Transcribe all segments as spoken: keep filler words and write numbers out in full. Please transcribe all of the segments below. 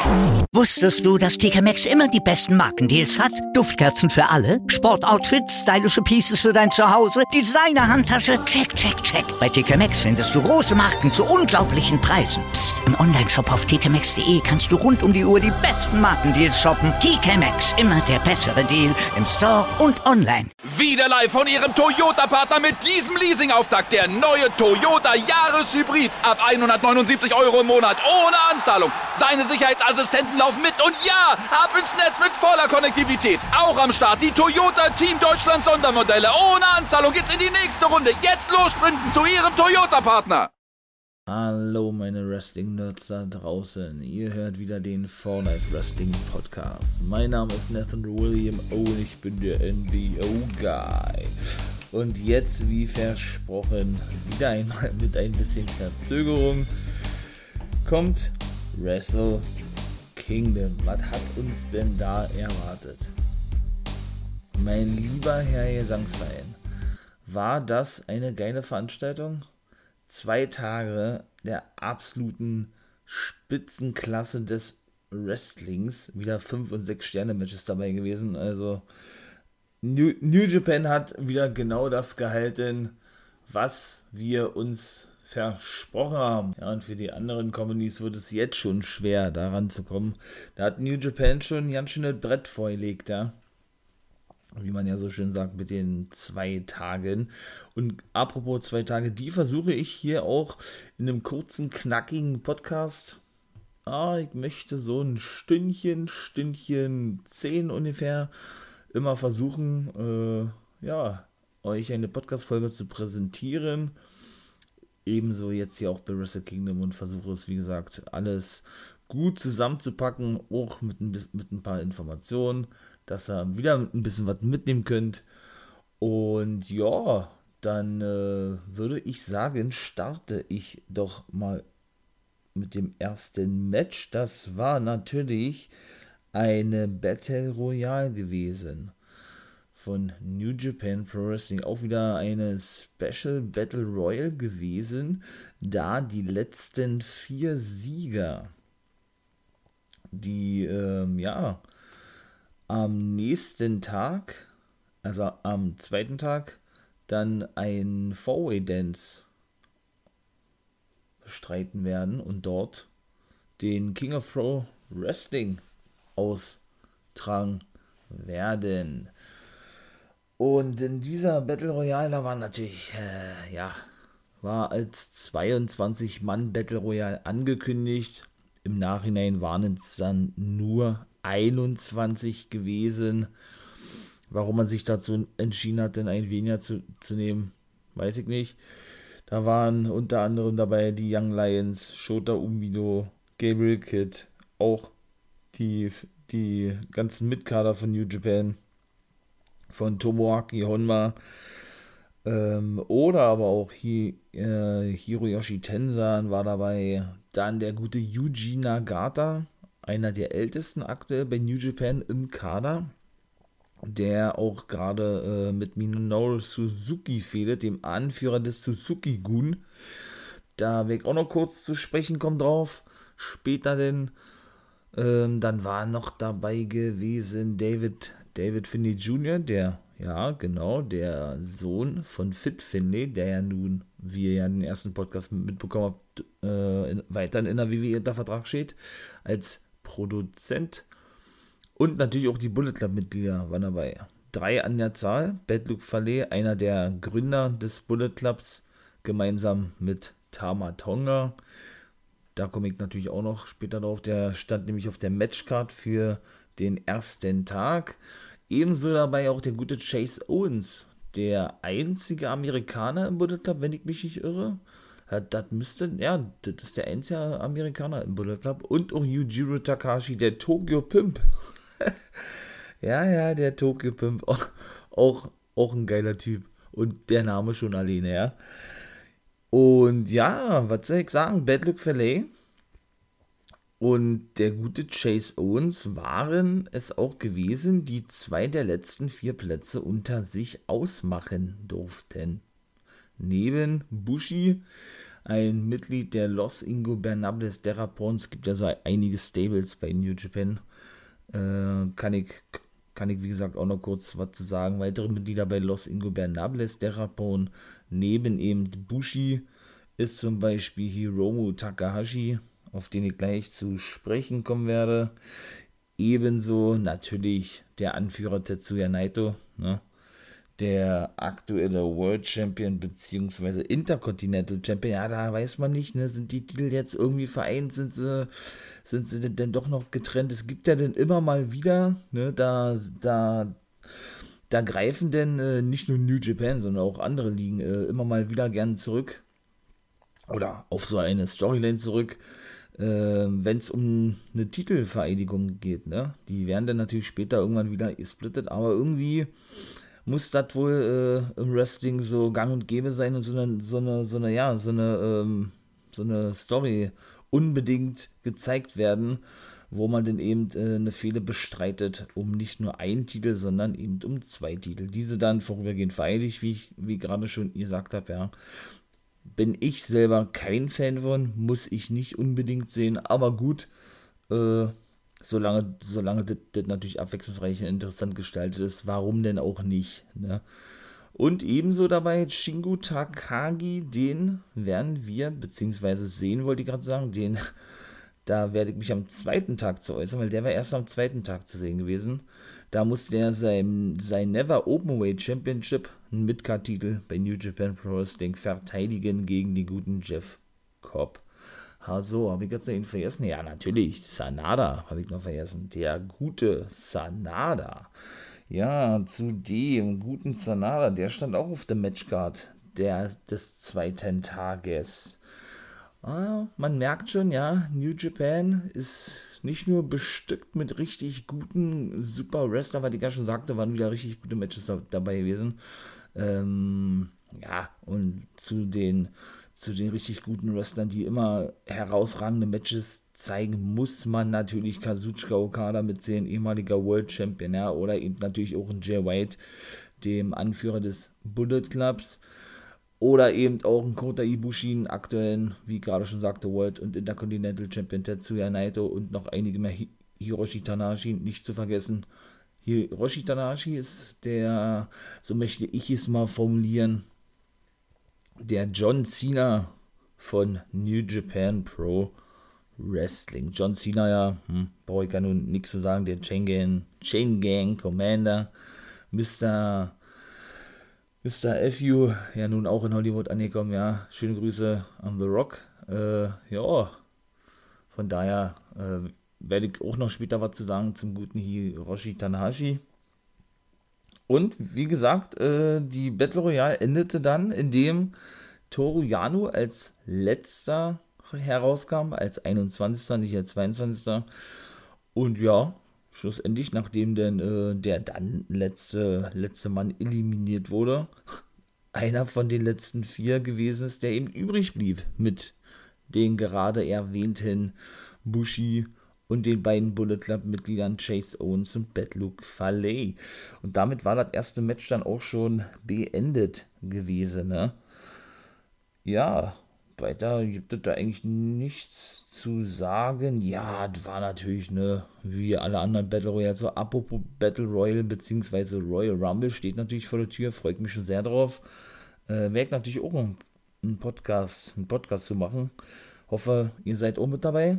Wusstest du, dass T K Maxx immer die besten Markendeals hat? Duftkerzen für alle, Sportoutfits, stylische Pieces für dein Zuhause, Designer-Handtasche, check, check, check. Bei T K Maxx findest du große Marken zu unglaublichen Preisen. Psst. Im Onlineshop auf t k maxx punkt d e kannst du rund um die Uhr die besten Markendeals shoppen. T K Maxx, immer der bessere Deal im Store und online. Wieder live von Ihrem Toyota-Partner mit diesem Leasing-Auftakt. Der neue Toyota Jahreshybrid. Ab hundertneunundsiebzig Euro im Monat. Ohne Anzahlung. Seine Sicherheitsassistenten laufen mit. Und ja, ab ins Netz mit voller Konnektivität. Auch am Start die Toyota Team Deutschland Sondermodelle. Ohne Anzahlung geht's in die nächste Runde. Jetzt los sprinten zu Ihrem Toyota-Partner. Hallo meine Wrestling-Nerds da draußen, ihr hört wieder den For Life Wrestling Podcast. Mein Name ist Nathan William O und ich bin der N W O-Guy. Und jetzt, wie versprochen, wieder einmal mit ein bisschen Verzögerung, kommt Wrestle Kingdom. Was hat uns denn da erwartet? Mein lieber Herr Gesangsverein, war das eine geile Veranstaltung? Zwei Tage der absoluten Spitzenklasse des Wrestlings. Wieder fünf und sechs Sterne Matches dabei gewesen. Also New, New Japan hat wieder genau das gehalten, was wir uns versprochen haben. Ja, und für die anderen Companies wird es jetzt schon schwer, daran zu kommen. Da hat New Japan schon ein ganz schönes Brett vorgelegt, ja. Wie man ja so schön sagt, mit den zwei Tagen. Und apropos zwei Tage, die versuche ich hier auch in einem kurzen, knackigen Podcast. Ah, ich möchte so ein Stündchen, Stündchen zehn ungefähr immer versuchen, äh, ja, euch eine Podcast-Folge zu präsentieren. Ebenso jetzt hier auch bei Wrestle Kingdom und versuche es, wie gesagt, alles gut zusammenzupacken, auch mit ein, mit ein paar Informationen, dass ihr wieder ein bisschen was mitnehmen könnt. Und ja, dann äh, würde ich sagen, starte ich doch mal mit dem ersten Match. Das war natürlich eine Battle Royale gewesen von New Japan Pro Wrestling. Auch wieder eine Special Battle Royale gewesen, da die letzten vier Sieger, die, ähm, ja, am nächsten Tag, also am zweiten Tag, dann ein Four-Way-Dance bestreiten werden und dort den King of Pro Wrestling austragen werden. Und in dieser Battle Royale, da war natürlich, äh, ja, war als zweiundzwanzig Mann Battle Royale angekündigt. Im Nachhinein waren es dann nur einundzwanzig gewesen. Warum man sich dazu entschieden hat, denn ein weniger zu, zu nehmen, weiß ich nicht. Da waren unter anderem dabei die Young Lions, Shota Umino, Gabriel Kidd, auch die, die ganzen Mitkader von New Japan, von Tomoaki Honma, ähm, oder aber auch Hi, äh, Hiroyoshi Tensan war dabei, dann der gute Yuji Nagata, einer der ältesten aktuell bei New Japan im Kader, der auch gerade äh, mit Minoru Suzuki fehlt, dem Anführer des Suzuki-Gun. Da werde ich auch noch kurz zu sprechen kommen drauf. Später denn, ähm, dann war noch dabei gewesen David, David Finlay Junior, der, ja genau, der Sohn von Fit Finlay, der ja nun, wie ihr ja in den ersten Podcast mitbekommen habt, äh, in, weiterhin in der W W E unter Vertrag steht, als Produzent. Und natürlich auch die Bullet Club-Mitglieder waren dabei. Drei an der Zahl. Bad Luke Fale, einer der Gründer des Bullet Clubs, gemeinsam mit Tama Tonga. Da komme ich natürlich auch noch später drauf. Der stand nämlich auf der Matchcard für den ersten Tag. Ebenso dabei auch der gute Chase Owens, der einzige Amerikaner im Bullet Club, wenn ich mich nicht irre. Das müsste, ja, das ist der einzige Amerikaner im Bullet Club. Und auch Yujiro Takahashi, der Tokyo Pimp. ja, ja, der Tokyo Pimp. Auch, auch, auch ein geiler Typ. Und der Name schon alleine, ja. Und ja, was soll ich sagen? Bad Luck Fale und der gute Chase Owens waren es auch gewesen, die zwei der letzten vier Plätze unter sich ausmachen durften. Neben Bushi ein Mitglied der Los Ingobernables de Japón. Es gibt ja so einige Stables bei New Japan. Äh, kann ich, kann ich wie gesagt auch noch kurz was zu sagen. Weitere Mitglieder bei Los Ingobernables de Japón, neben eben Bushi, ist zum Beispiel Hiromu Takahashi, auf den ich gleich zu sprechen kommen werde. Ebenso natürlich der Anführer Tetsuya Naito, ne? Der aktuelle World Champion bzw. Intercontinental Champion. Ja, da weiß man nicht, ne? Sind die Titel jetzt irgendwie vereint, sind sie, sind sie denn, denn doch noch getrennt? Es gibt ja dann immer mal wieder, ne? Da, da, da greifen denn äh, nicht nur New Japan, sondern auch andere Ligen äh, immer mal wieder gern zurück oder auf so eine Storyline zurück, äh, wenn es um eine Titelvereidigung geht, ne? Die werden dann natürlich später irgendwann wieder gesplittet, aber irgendwie muss das wohl äh, im Wrestling so gang und gäbe sein und so eine, so eine, so eine, ja, so eine, ähm, so eine Story unbedingt gezeigt werden, wo man dann eben äh, eine Fehde bestreitet, um nicht nur einen Titel, sondern eben um zwei Titel. Diese dann vorübergehend vereidigt, wie ich wie gerade schon gesagt habe, ja. Bin ich selber kein Fan von, muss ich nicht unbedingt sehen, aber gut, äh, solange, solange das, das natürlich abwechslungsreich und interessant gestaltet ist, warum denn auch nicht, ne? Und ebenso dabei Shingo Takagi, den werden wir, beziehungsweise sehen, wollte ich gerade sagen, den, da werde ich mich am zweiten Tag zu äußern, weil der war erst am zweiten Tag zu sehen gewesen. Da musste er sein, sein Never Openweight Championship, einen Midcard-Titel bei New Japan Pro Wrestling, verteidigen gegen den guten Jeff Cobb. Ha, so, habe ich jetzt noch ihn vergessen? Ja, natürlich, Sanada habe ich noch vergessen. Der gute Sanada. Ja, zu dem guten Sanada, der stand auch auf der Matchcard der, des zweiten Tages. Ah, man merkt schon, ja, New Japan ist nicht nur bestückt mit richtig guten super Wrestler, weil ich ja schon sagte, waren wieder richtig gute Matches da, dabei gewesen. Ähm, ja, und zu den, zu den richtig guten Wrestlern, die immer herausragende Matches zeigen, muss man natürlich Kazuchika Okada mitzählen, ehemaliger World Champion, ja, oder eben natürlich auch ein Jay White, dem Anführer des Bullet Clubs. Oder eben auch ein Kota Ibushi, einen aktuellen, wie gerade schon sagte, World und Intercontinental Champion Tetsuya Naito und noch einige mehr. Hiroshi Tanahashi, nicht zu vergessen. Hiroshi Tanahashi ist der, so möchte ich es mal formulieren, der John Cena von New Japan Pro Wrestling. John Cena, ja, hm, brauche ich ja nun nichts zu sagen, der Chain Gang, Chain Gang Commander, Mister Mister F U, ja nun auch in Hollywood angekommen, ja, schöne Grüße an The Rock, äh, ja, von daher äh, werde ich auch noch später was zu sagen zum guten Hiroshi Tanahashi. Und wie gesagt, äh, die Battle Royale endete dann, indem Toru Yano als letzter herauskam, als einundzwanzigster, nicht als zweiundzwanzigster Und ja, schlussendlich, nachdem denn äh, der dann letzte, letzte Mann eliminiert wurde, einer von den letzten vier gewesen ist, der eben übrig blieb mit den gerade erwähnten Bushi und den beiden Bullet Club-Mitgliedern Chase Owens und Bad Luke Fale. Und damit war das erste Match dann auch schon beendet gewesen, ne? Ja, weiter gibt es da eigentlich nichts zu sagen. Ja, das war natürlich, ne, wie alle anderen Battle Royale, so apropos Battle Royale bzw. Royal Rumble steht natürlich vor der Tür, freut mich schon sehr drauf. Äh, werde ich natürlich auch einen, einen Podcast, einen Podcast zu machen. Hoffe, ihr seid auch mit dabei.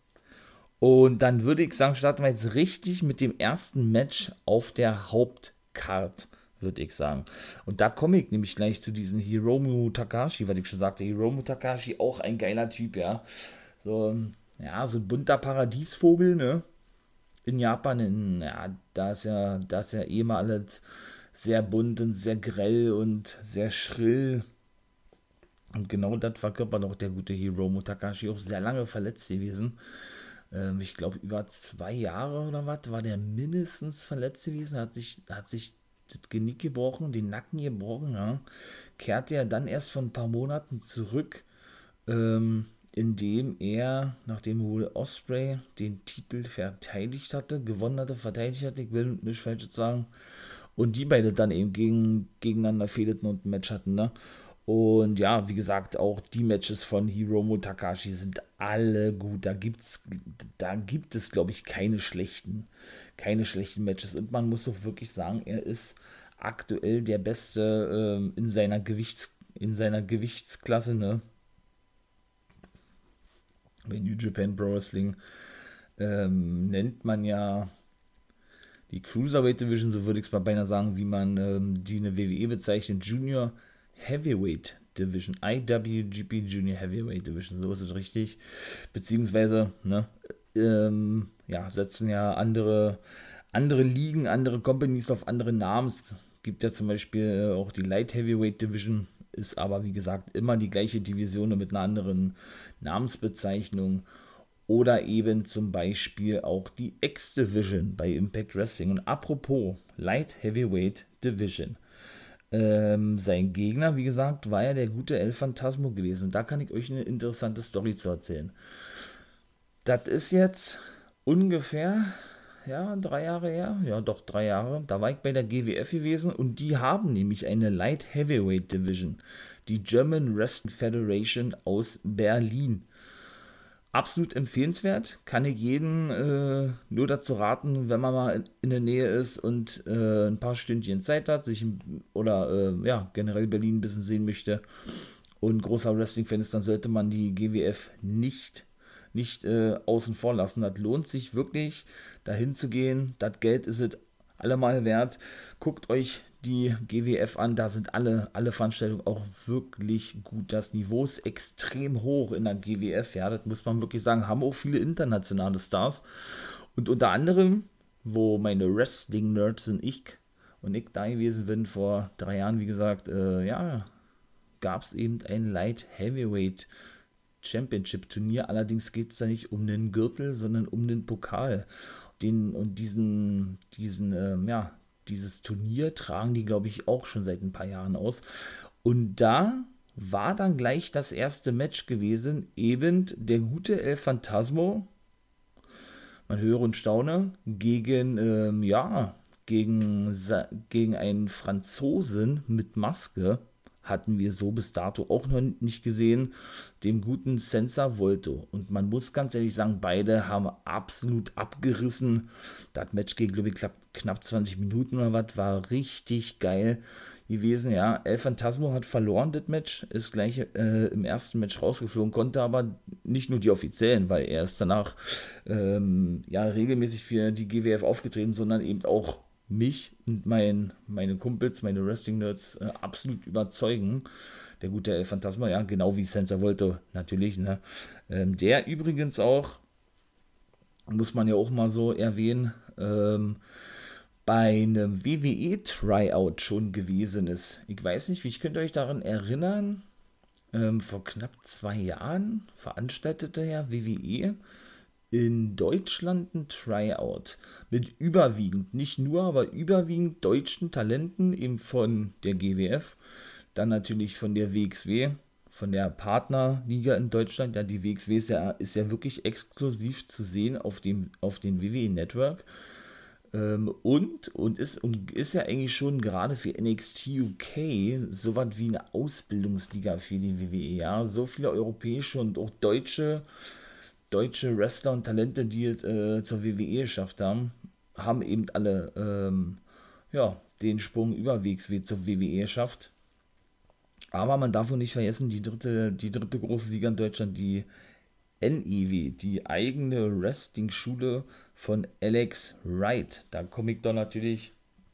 Und dann würde ich sagen, starten wir jetzt richtig mit dem ersten Match auf der Hauptcard, würde ich sagen. Und da komme ich nämlich gleich zu diesem Hiromu Takahashi, weil ich schon sagte, Hiromu Takahashi, auch ein geiler Typ, ja. So, ja, so ein bunter Paradiesvogel, ne? In Japan, in, ja, da ist ja, da ist ja eh mal alles sehr bunt und sehr grell und sehr schrill. Und genau das verkörpert auch der gute Hiromu Takahashi, auch sehr lange verletzt gewesen. Ähm, ich glaube, über zwei Jahre oder was war der mindestens verletzt gewesen, hat sich, hat sich das Genick gebrochen, den Nacken gebrochen, ja. Kehrte er dann erst vor ein paar Monaten zurück, ähm, indem er, nachdem wohl Ospreay den Titel verteidigt hatte, gewonnen hatte, verteidigt hatte, ich will nicht falsch sagen, und die beide dann eben gegen, gegeneinander fehlten und ein Match hatten, ne? Und ja, wie gesagt, auch die Matches von Hiromu Takahashi sind alle gut. Da gibt's, da gibt es, glaube ich, keine schlechten, keine schlechten Matches. Und man muss auch wirklich sagen, er ist aktuell der Beste ähm, in seiner Gewichts, in seiner Gewichtsklasse, ne? Bei New Japan Pro Wrestling ähm, nennt man ja die Cruiserweight Division, so würde ich es mal beinahe sagen, wie man ähm, die in der W W E bezeichnet, Junior Heavyweight Division, I W G P Junior Heavyweight Division, so ist es richtig, beziehungsweise, ne, ähm, ja, setzen ja andere, andere Ligen, andere Companies auf andere Namen. Es gibt ja zum Beispiel auch die Light Heavyweight Division, ist aber, wie gesagt, immer die gleiche Division mit einer anderen Namensbezeichnung. Oder eben zum Beispiel auch die X-Division bei Impact Wrestling. Und apropos Light Heavyweight Division. Ähm, sein Gegner, wie gesagt, war ja der gute El Phantasmo gewesen. Und da kann ich euch eine interessante Story zu erzählen. Das ist jetzt ungefähr, ja, drei Jahre her. Ja, doch, drei Jahre. Da war ich bei der G W F gewesen. Und die haben nämlich eine Light Heavyweight Division. Die German Wrestling Federation aus Berlin. Absolut empfehlenswert, kann ich jeden äh, nur dazu raten, wenn man mal in, in der Nähe ist und äh, ein paar Stündchen Zeit hat, sich oder äh, ja, generell Berlin ein bisschen sehen möchte und großer Wrestling-Fan ist, dann sollte man die G W F nicht, nicht äh, außen vor lassen. Das lohnt sich wirklich, dahin zu gehen. Das Geld ist es allemal wert. Guckt euch die G W F an, da sind alle, alle Veranstaltungen auch wirklich gut. Das Niveau ist extrem hoch in der G W F, ja, das muss man wirklich sagen, haben auch viele internationale Stars. Und unter anderem, wo meine Wrestling-Nerds und ich und ich da gewesen bin vor drei Jahren, wie gesagt, äh, ja, gab es eben ein Light Heavyweight Championship Turnier. Allerdings geht es da nicht um den Gürtel, sondern um den Pokal. Den, und diesen, diesen, ähm, ja, dieses Turnier tragen die, glaube ich, auch schon seit ein paar Jahren aus. Und da war dann gleich das erste Match gewesen, eben der gute El Phantasmo, man höre und staune, gegen, ähm, ja, gegen, gegen einen Franzosen mit Maske, hatten wir so bis dato auch noch nicht gesehen, dem guten Senza Volto. Und man muss ganz ehrlich sagen, beide haben absolut abgerissen. Das Match ging, glaube ich, knapp zwanzig Minuten oder was, war richtig geil gewesen. Ja, El Phantasmo hat verloren, das Match, ist gleich äh, im ersten Match rausgeflogen, konnte aber nicht nur die offiziellen, weil er ist danach ähm, ja regelmäßig für die G W F aufgetreten, sondern eben auch mich und mein, meine Kumpels, meine Wrestling-Nerds äh, absolut überzeugen. Der gute El Phantasmo, ja, genau wie Senza Volto natürlich, ne? Ähm, der übrigens auch, muss man ja auch mal so erwähnen, ähm, bei einem W W E-Tryout schon gewesen ist. Ich weiß nicht, wie ich könnte euch daran erinnern, ähm, vor knapp zwei Jahren veranstaltete ja W W E in Deutschland ein Tryout mit überwiegend, nicht nur, aber überwiegend deutschen Talenten, eben von der G W F, dann natürlich von der W X W, von der Partnerliga in Deutschland. Ja, die W X W ist ja, ist ja wirklich exklusiv zu sehen auf dem, auf dem W W E Network. Ähm, und, und, ist, und ist ja eigentlich schon gerade für N X T U K so was wie eine Ausbildungsliga für die W W E. Ja, so viele europäische und auch deutsche deutsche Wrestler und Talente, die es äh, zur W W E geschafft haben, haben eben alle ähm, ja, den Sprung über W X W zur W W E geschafft. Aber man darf auch nicht vergessen, die dritte, die dritte große Liga in Deutschland, die N I W, die eigene Wrestling-Schule von Alex Wright. Da komme ich doch natürlich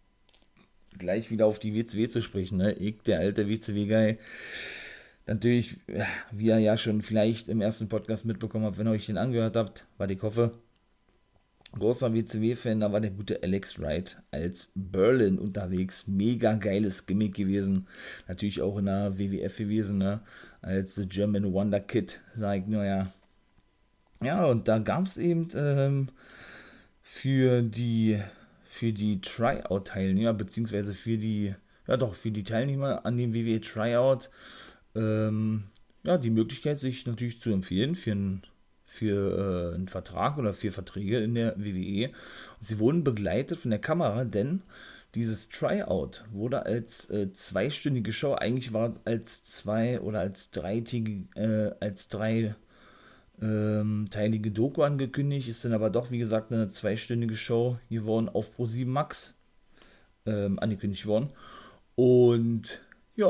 gleich wieder auf die W C W zu sprechen. Ne? Ich, der alte W C W-Guy, natürlich, wie ihr ja schon vielleicht im ersten Podcast mitbekommen habt, wenn ihr euch den angehört habt, was ich hoffe, großer W C W-Fan, da war der gute Alex Wright als Berlin unterwegs. Mega geiles Gimmick gewesen. Natürlich auch in der W W F gewesen, ne? Als The German Wonder Kid, sag ich nur, ja. Ja, und da gab es eben ähm, für die für die Tryout-Teilnehmer, beziehungsweise für die, ja doch, für die Teilnehmer an dem W W E Tryout, ähm, ja, die Möglichkeit, sich natürlich zu empfehlen für einen für äh, einen Vertrag oder für Verträge in der W W E. Und sie wurden begleitet von der Kamera, denn dieses Tryout wurde als äh, zweistündige Show, eigentlich war es als zwei oder als dreitägige, äh, als drei ähm, teilige Doku angekündigt, ist dann aber doch, wie gesagt, eine zweistündige Show geworden auf ProSieben Max ähm, angekündigt worden. Und ja,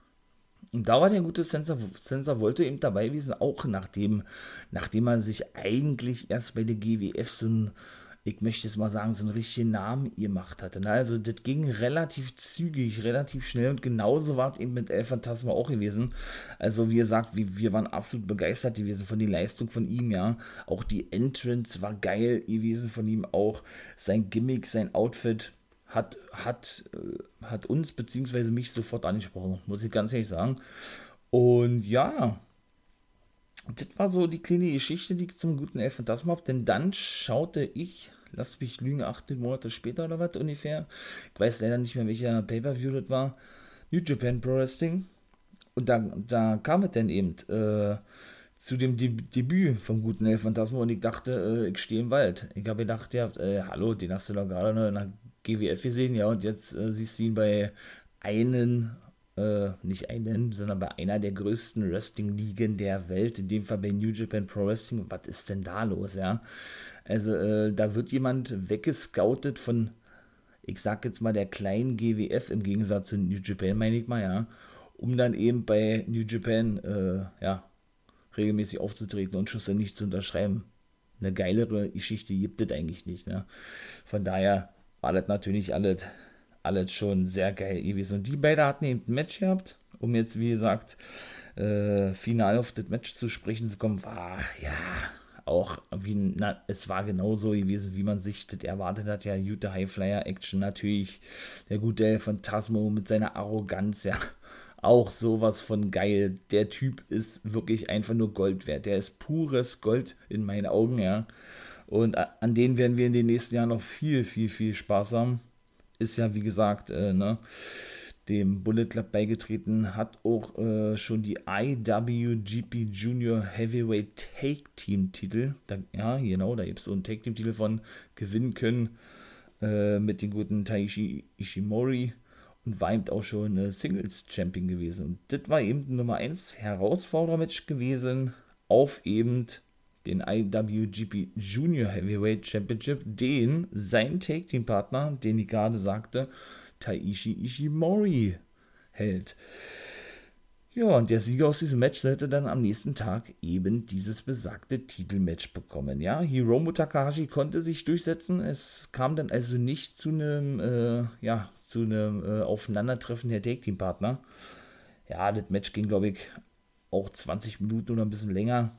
und da war der gute Sensor, Sensor wollte eben dabei gewesen, auch nachdem, nachdem er sich eigentlich erst bei der G W F so ein, ich möchte es mal sagen, so einen richtigen Namen gemacht hatte. Also das ging relativ zügig, relativ schnell und genauso war es eben mit El Phantasma auch gewesen. Also wie gesagt, wir, wir waren absolut begeistert gewesen von der Leistung von ihm, ja. Auch die Entrance war geil gewesen von ihm, auch sein Gimmick, sein Outfit hat, hat, äh, hat uns bzw. mich sofort angesprochen, muss ich ganz ehrlich sagen. Und ja, das war so die kleine Geschichte, die ich zum guten El Phantasma habe, denn dann schaute ich, lass mich lügen, acht Monate später oder was ungefähr, ich weiß leider nicht mehr, welcher Pay-Per-View das war, New Japan Pro Wrestling, und da, da kam es dann eben äh, zu dem De- Debüt vom guten El Phantasma und ich dachte, äh, ich stehe im Wald. Ich habe gedacht, ja, äh, hallo, den hast du doch gerade noch in der G W F gesehen, ja, und jetzt äh, siehst du ihn bei einem Äh, nicht einen, sondern bei einer der größten Wrestling-Ligen der Welt, in dem Fall bei New Japan Pro Wrestling. Was ist denn da los, ja? Also, äh, da wird jemand weggescoutet von, ich sag jetzt mal, der kleinen G W F im Gegensatz zu New Japan, meine ich mal, ja, um dann eben bei New Japan, äh, ja, regelmäßig aufzutreten und schlussendlich zu unterschreiben. Eine geilere Geschichte gibt es eigentlich nicht, ne? Von daher war das natürlich alles alles schon sehr geil gewesen. Und die beiden hatten eben ein Match gehabt, um jetzt, wie gesagt, äh, final auf das Match zu sprechen zu kommen, war, ja, auch, wie, na, es war genauso gewesen, wie man sich das erwartet hat, ja, gute Highflyer-Action natürlich, der gute El Phantasmo mit seiner Arroganz, ja, auch sowas von geil. Der Typ ist wirklich einfach nur Gold wert, der ist pures Gold in meinen Augen, ja, und an denen werden wir in den nächsten Jahren noch viel, viel, viel Spaß haben. Ist ja, wie gesagt, äh, ne, dem Bullet Club beigetreten, hat auch äh, schon die I W G P Junior Heavyweight Take Team Titel, da, ja, genau, da gibt es so einen Take Team Titel von gewinnen können äh, mit dem guten Taishi Ishimori und war eben auch schon äh, Singles Champion gewesen. Und das war eben Nummer eins Herausforderer-Match gewesen auf eben den I W G P Junior Heavyweight Championship, den sein Take-Team-Partner, den ich gerade sagte, Taishi Ishimori hält. Ja, und der Sieger aus diesem Match sollte dann am nächsten Tag eben dieses besagte Titelmatch bekommen. Ja, Hiromu Takahashi konnte sich durchsetzen. Es kam dann also nicht zu einem, äh, ja, zu einem äh, Aufeinandertreffen der Take-Team-Partner. Ja, das Match ging, glaube ich, auch zwanzig Minuten oder ein bisschen länger.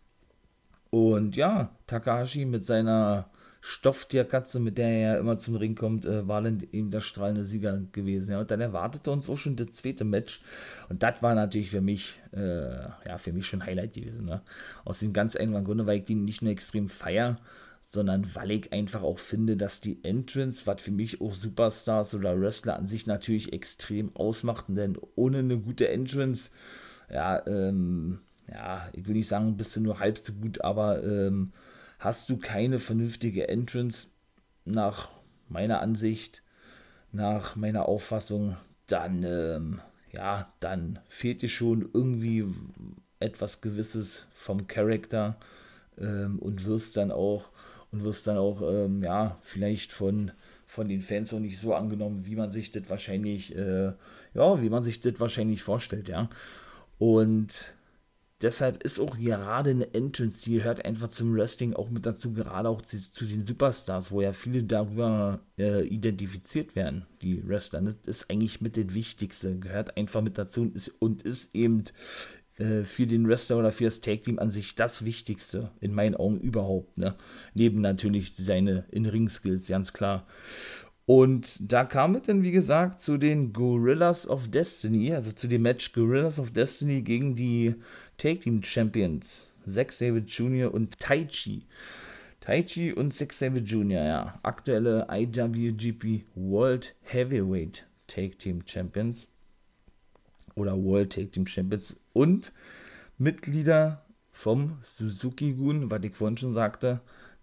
Und ja, Takahashi mit seiner Stofftierkatze, mit der er ja immer zum Ring kommt, äh, war dann eben der strahlende Sieger gewesen. Ja, und dann erwartete uns auch schon das zweite Match. Und das war natürlich für mich, äh, ja, für mich schon Highlight gewesen. Ne? Aus dem ganz einfachen Grunde, weil ich die nicht nur extrem feier, sondern weil ich einfach auch finde, dass die Entrance, was für mich auch Superstars oder Wrestler an sich natürlich extrem ausmachten, denn ohne eine gute Entrance, ja, ähm, ja, ich will nicht sagen, bist du nur halb so gut, aber ähm, hast du keine vernünftige Entrance nach meiner Ansicht, nach meiner Auffassung, dann, ähm, ja, dann fehlt dir schon irgendwie etwas Gewisses vom Charakter ähm, und wirst dann auch, und wirst dann auch, ähm, ja, vielleicht von, von den Fans auch nicht so angenommen, wie man sich das wahrscheinlich, äh, ja, wie man sich das wahrscheinlich vorstellt, ja. Und deshalb ist auch gerade eine Entrance, die gehört einfach zum Wrestling auch mit dazu, gerade auch zu, zu den Superstars, wo ja viele darüber äh, identifiziert werden, die Wrestler. Das ist eigentlich mit das Wichtigste, gehört einfach mit dazu und ist, und ist eben äh, für den Wrestler oder für das Tag-Team an sich das Wichtigste, in meinen Augen überhaupt. Ne? Neben natürlich seine In-Ring-Skills, ganz klar. Und da kam es dann, wie gesagt, zu den Gorillas of Destiny, also zu dem Match Gorillas of Destiny gegen die Take-Team-Champions, Zack Sabre Junior und Taichi. Taichi und Zack Sabre Junior, ja. Aktuelle I W G P World Heavyweight Take-Team Champions. Oder World Take-Team Champions. Und Mitglieder vom Suzuki-Gun, was ich vorhin schon sagte,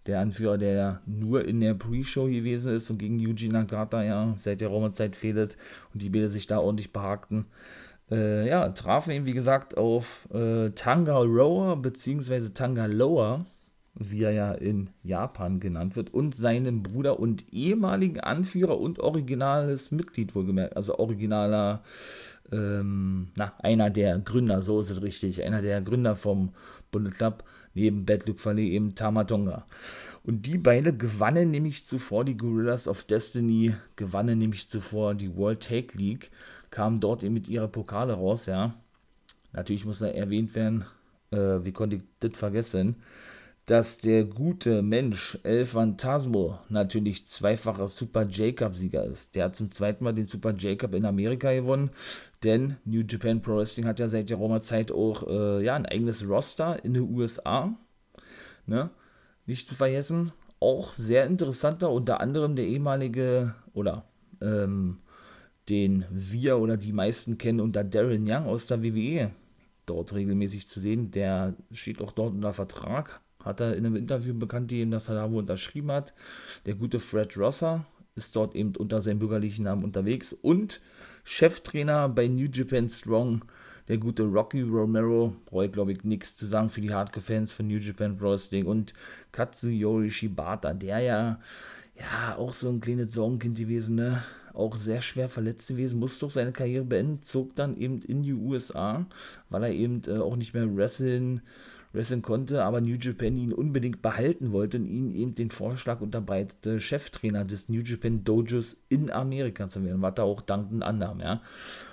der Anführer, der nur in der Pre-Show gewesen ist und gegen Yuji Nagata ja seit der Roma-Zeit fehlt und die beide sich da ordentlich behagten. Äh, ja, trafen eben, wie gesagt, auf äh, Tangaloa bzw. Tangaloa, wie er ja in Japan genannt wird, und seinen Bruder und ehemaligen Anführer und originales Mitglied, wohlgemerkt, also originaler, ähm, na, einer der Gründer, so ist es richtig, einer der Gründer vom Bullet Club, neben Bad Luck Fale eben Tama Tonga. Und die beiden gewannen nämlich zuvor, die Gorillas of Destiny gewannen nämlich zuvor die World Tag League, kamen dort eben mit ihrer Pokale raus, ja. Natürlich muss da erwähnt werden, äh, wie konnte ich das vergessen, dass der gute Mensch El Phantasmo natürlich zweifacher Super J-Cup-Sieger ist. Der hat zum zweiten Mal den Super J-Cup in Amerika gewonnen, denn New Japan Pro Wrestling hat ja seit der Roma-Zeit auch äh, ja, ein eigenes Roster in den U S A. Ne? Nicht zu vergessen, auch sehr interessanter, unter anderem der ehemalige, oder ähm, den wir oder die meisten kennen unter Darren Young aus der W W E, dort regelmäßig zu sehen. Der steht auch dort unter Vertrag. Hat er in einem Interview bekannt gegeben, dass er da wohl unterschrieben hat. Der gute Fred Rosser ist dort eben unter seinem bürgerlichen Namen unterwegs. Und Cheftrainer bei New Japan Strong, der gute Rocky Romero, brauche ich glaube ich nichts zu sagen für die Hardcore-Fans von New Japan Pro Wrestling. Und Katsuyori Shibata, der ja, ja auch so ein kleines Sorgenkind gewesen, ne? Auch sehr schwer verletzt gewesen, musste doch seine Karriere beenden, zog dann eben in die U S A, weil er eben äh, auch nicht mehr wrestlen wrestlen konnte, aber New Japan ihn unbedingt behalten wollte und ihn eben den Vorschlag unterbreitete, Cheftrainer des New Japan Dojos in Amerika zu werden, was er auch dankend annahm, ja.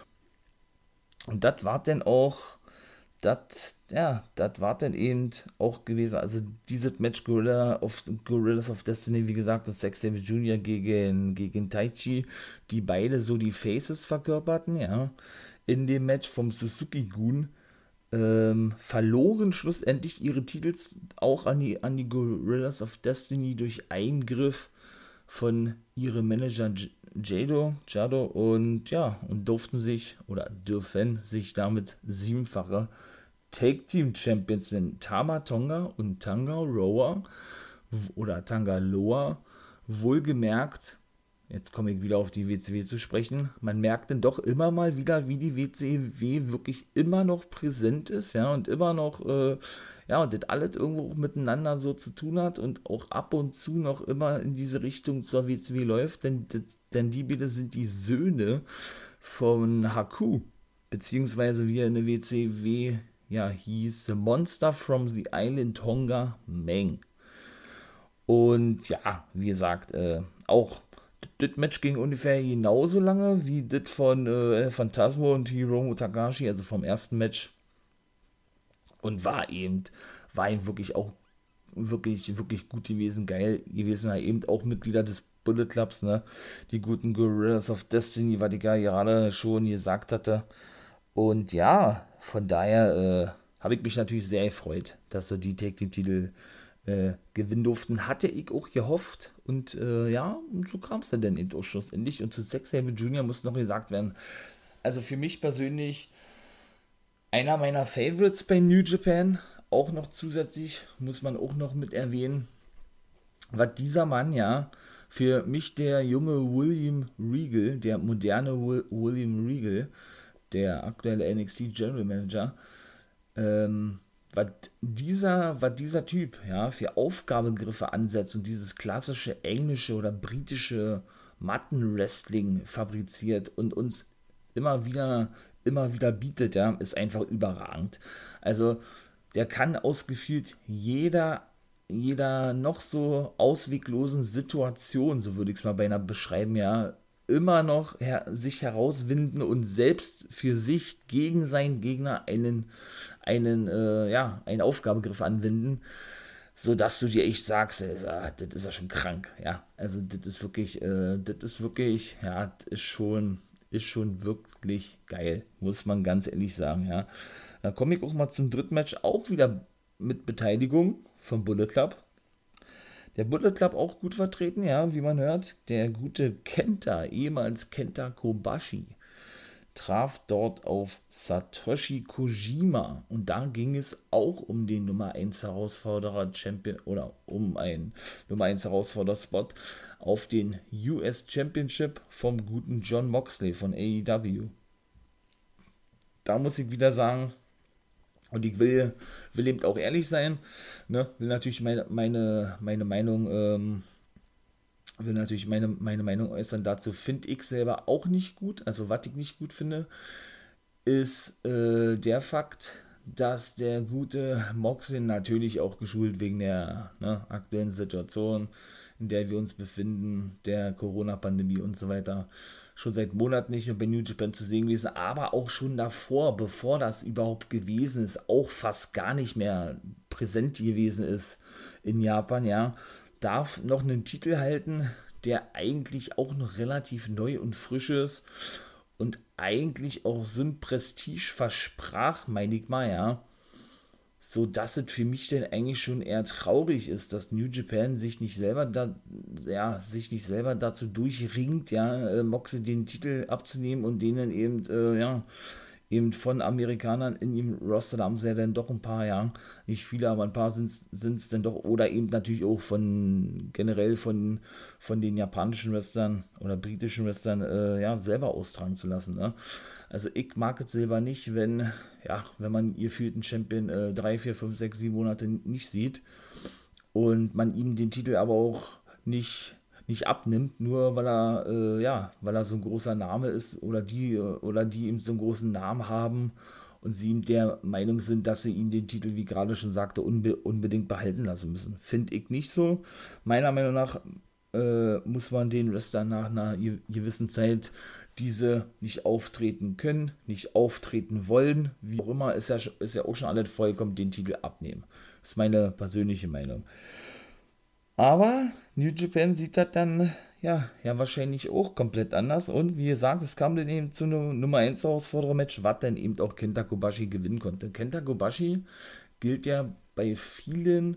Und das war dann auch, das, ja, das war dann eben auch gewesen, also dieses Match Gorilla of, Gorillas of Destiny, wie gesagt, und Zack Sabre Junior gegen, gegen Taichi, die beide so die Faces verkörperten, ja, in dem Match vom Suzuki-Gun, Ähm, verloren schlussendlich ihre Titel auch an die, an die Gorillas of Destiny durch Eingriff von ihrem Manager J- Jado, Jado und ja, und durften sich oder dürfen sich damit siebenfache Take-Team-Champions nennen. Tama Tonga und Tangaloa oder Tangaloa, wohlgemerkt. Jetzt komme ich wieder auf die W C W zu sprechen. Man merkt dann doch immer mal wieder, wie die W C W wirklich immer noch präsent ist, ja, und immer noch, äh, ja, und das alles irgendwo miteinander so zu tun hat und auch ab und zu noch immer in diese Richtung zur W C W läuft, denn, denn die beide sind die Söhne von Haku, beziehungsweise wie er in der W C W, ja, hieß, The Monster from the Island Tonga Meng. Und ja, wie gesagt, äh, auch das Match ging ungefähr genauso lange wie das von äh, Phantasmo und Hiromu Takahashi, also vom ersten Match. Und war eben, war eben wirklich auch wirklich, wirklich gut gewesen, geil gewesen. War eben auch Mitglieder des Bullet Clubs, ne? Die guten Gorillas of Destiny, was ich ja gerade schon gesagt hatte. Und ja, von daher äh, habe ich mich natürlich sehr gefreut, dass sie die Tag-Team-Titel Äh, gewinnen durften, hatte ich auch gehofft und äh, ja, und so kam es dann eben auch schlussendlich. Und zu Zack Sabre Junior muss noch gesagt werden, also für mich persönlich einer meiner Favorites bei New Japan, auch noch zusätzlich, muss man auch noch mit erwähnen, was dieser Mann, ja, für mich der junge William Regal, der moderne Will- William Regal, der aktuelle N X T General Manager, ähm, was dieser, was dieser Typ, ja, für Aufgabegriffe ansetzt und dieses klassische englische oder britische Mattenwrestling fabriziert und uns immer wieder, immer wieder bietet, ja, ist einfach überragend. Also, der kann aus gefühlt jeder, jeder noch so ausweglosen Situation, so würde ich es mal beinahe beschreiben, ja, immer noch her- sich herauswinden und selbst für sich gegen seinen Gegner einen, einen, äh, ja, einen Aufgabegriff anwenden, sodass du dir echt sagst, äh, ah, das ist ja schon krank, ja, also das ist wirklich, äh, das ist wirklich, ja, das ist schon, ist schon wirklich geil, muss man ganz ehrlich sagen, ja. Dann komme ich auch mal zum dritten Match, auch wieder mit Beteiligung vom Bullet Club. Der Bullet Club auch gut vertreten, ja, wie man hört. Der gute Kenta, ehemals Kenta Kobashi, traf dort auf Satoshi Kojima und da ging es auch um den Nummer eins Herausforderer Champion oder um einen Nummer eins Herausforderer-Spot auf den U S Championship vom guten Jon Moxley von A E W. Da muss ich wieder sagen, und ich will, will eben auch ehrlich sein, ne, will natürlich meine, meine, meine Meinung ähm, will natürlich meine, meine Meinung äußern. Dazu finde ich selber auch nicht gut. Also was ich nicht gut finde, ist äh, der Fakt, dass der gute Moxley natürlich auch geschult wegen der ne, aktuellen Situation, in der wir uns befinden, der Corona-Pandemie und so weiter, schon seit Monaten nicht mehr bei New Japan zu sehen gewesen, aber auch schon davor, bevor das überhaupt gewesen ist, auch fast gar nicht mehr präsent gewesen ist in Japan, ja, darf noch einen Titel halten, der eigentlich auch noch relativ neu und frisch ist und eigentlich auch so ein Prestige versprach, meine ich mal, ja, so dass es für mich dann eigentlich schon eher traurig ist, dass New Japan sich nicht selber da, ja, sich nicht selber dazu durchringt, ja, äh, Moxley den Titel abzunehmen und denen eben, äh, ja, eben von Amerikanern in ihrem Roster, da haben sie ja dann doch ein paar, ja, nicht viele, aber ein paar sind es dann doch, oder eben natürlich auch von, generell von, von den japanischen Wrestlern oder britischen Wrestlern, äh, ja, selber austragen zu lassen, ne. Also ich mag es selber nicht, wenn, ja, wenn man ihr gefühlten Champion äh, drei, vier, fünf, sechs, sieben Monate nicht sieht und man ihm den Titel aber auch nicht nicht abnimmt, nur weil er, äh, ja, weil er so ein großer Name ist oder die, oder die ihm so einen großen Namen haben und sie ihm der Meinung sind, dass sie ihn den Titel, wie gerade schon sagte, unbe- unbedingt behalten lassen müssen. Finde ich nicht so. Meiner Meinung nach äh, muss man den Wrestler nach einer gewissen Zeit diese nicht auftreten können, nicht auftreten wollen, wie auch immer, ist ja, ist ja auch schon alles vollkommen, den Titel abnehmen. Das ist meine persönliche Meinung. Aber New Japan sieht das dann ja, ja wahrscheinlich auch komplett anders. Und wie gesagt, es kam dann eben zu einem Nummer eins Herausforderer-Match, was dann eben auch Kenta Kobashi gewinnen konnte. Kenta Kobashi gilt ja bei vielen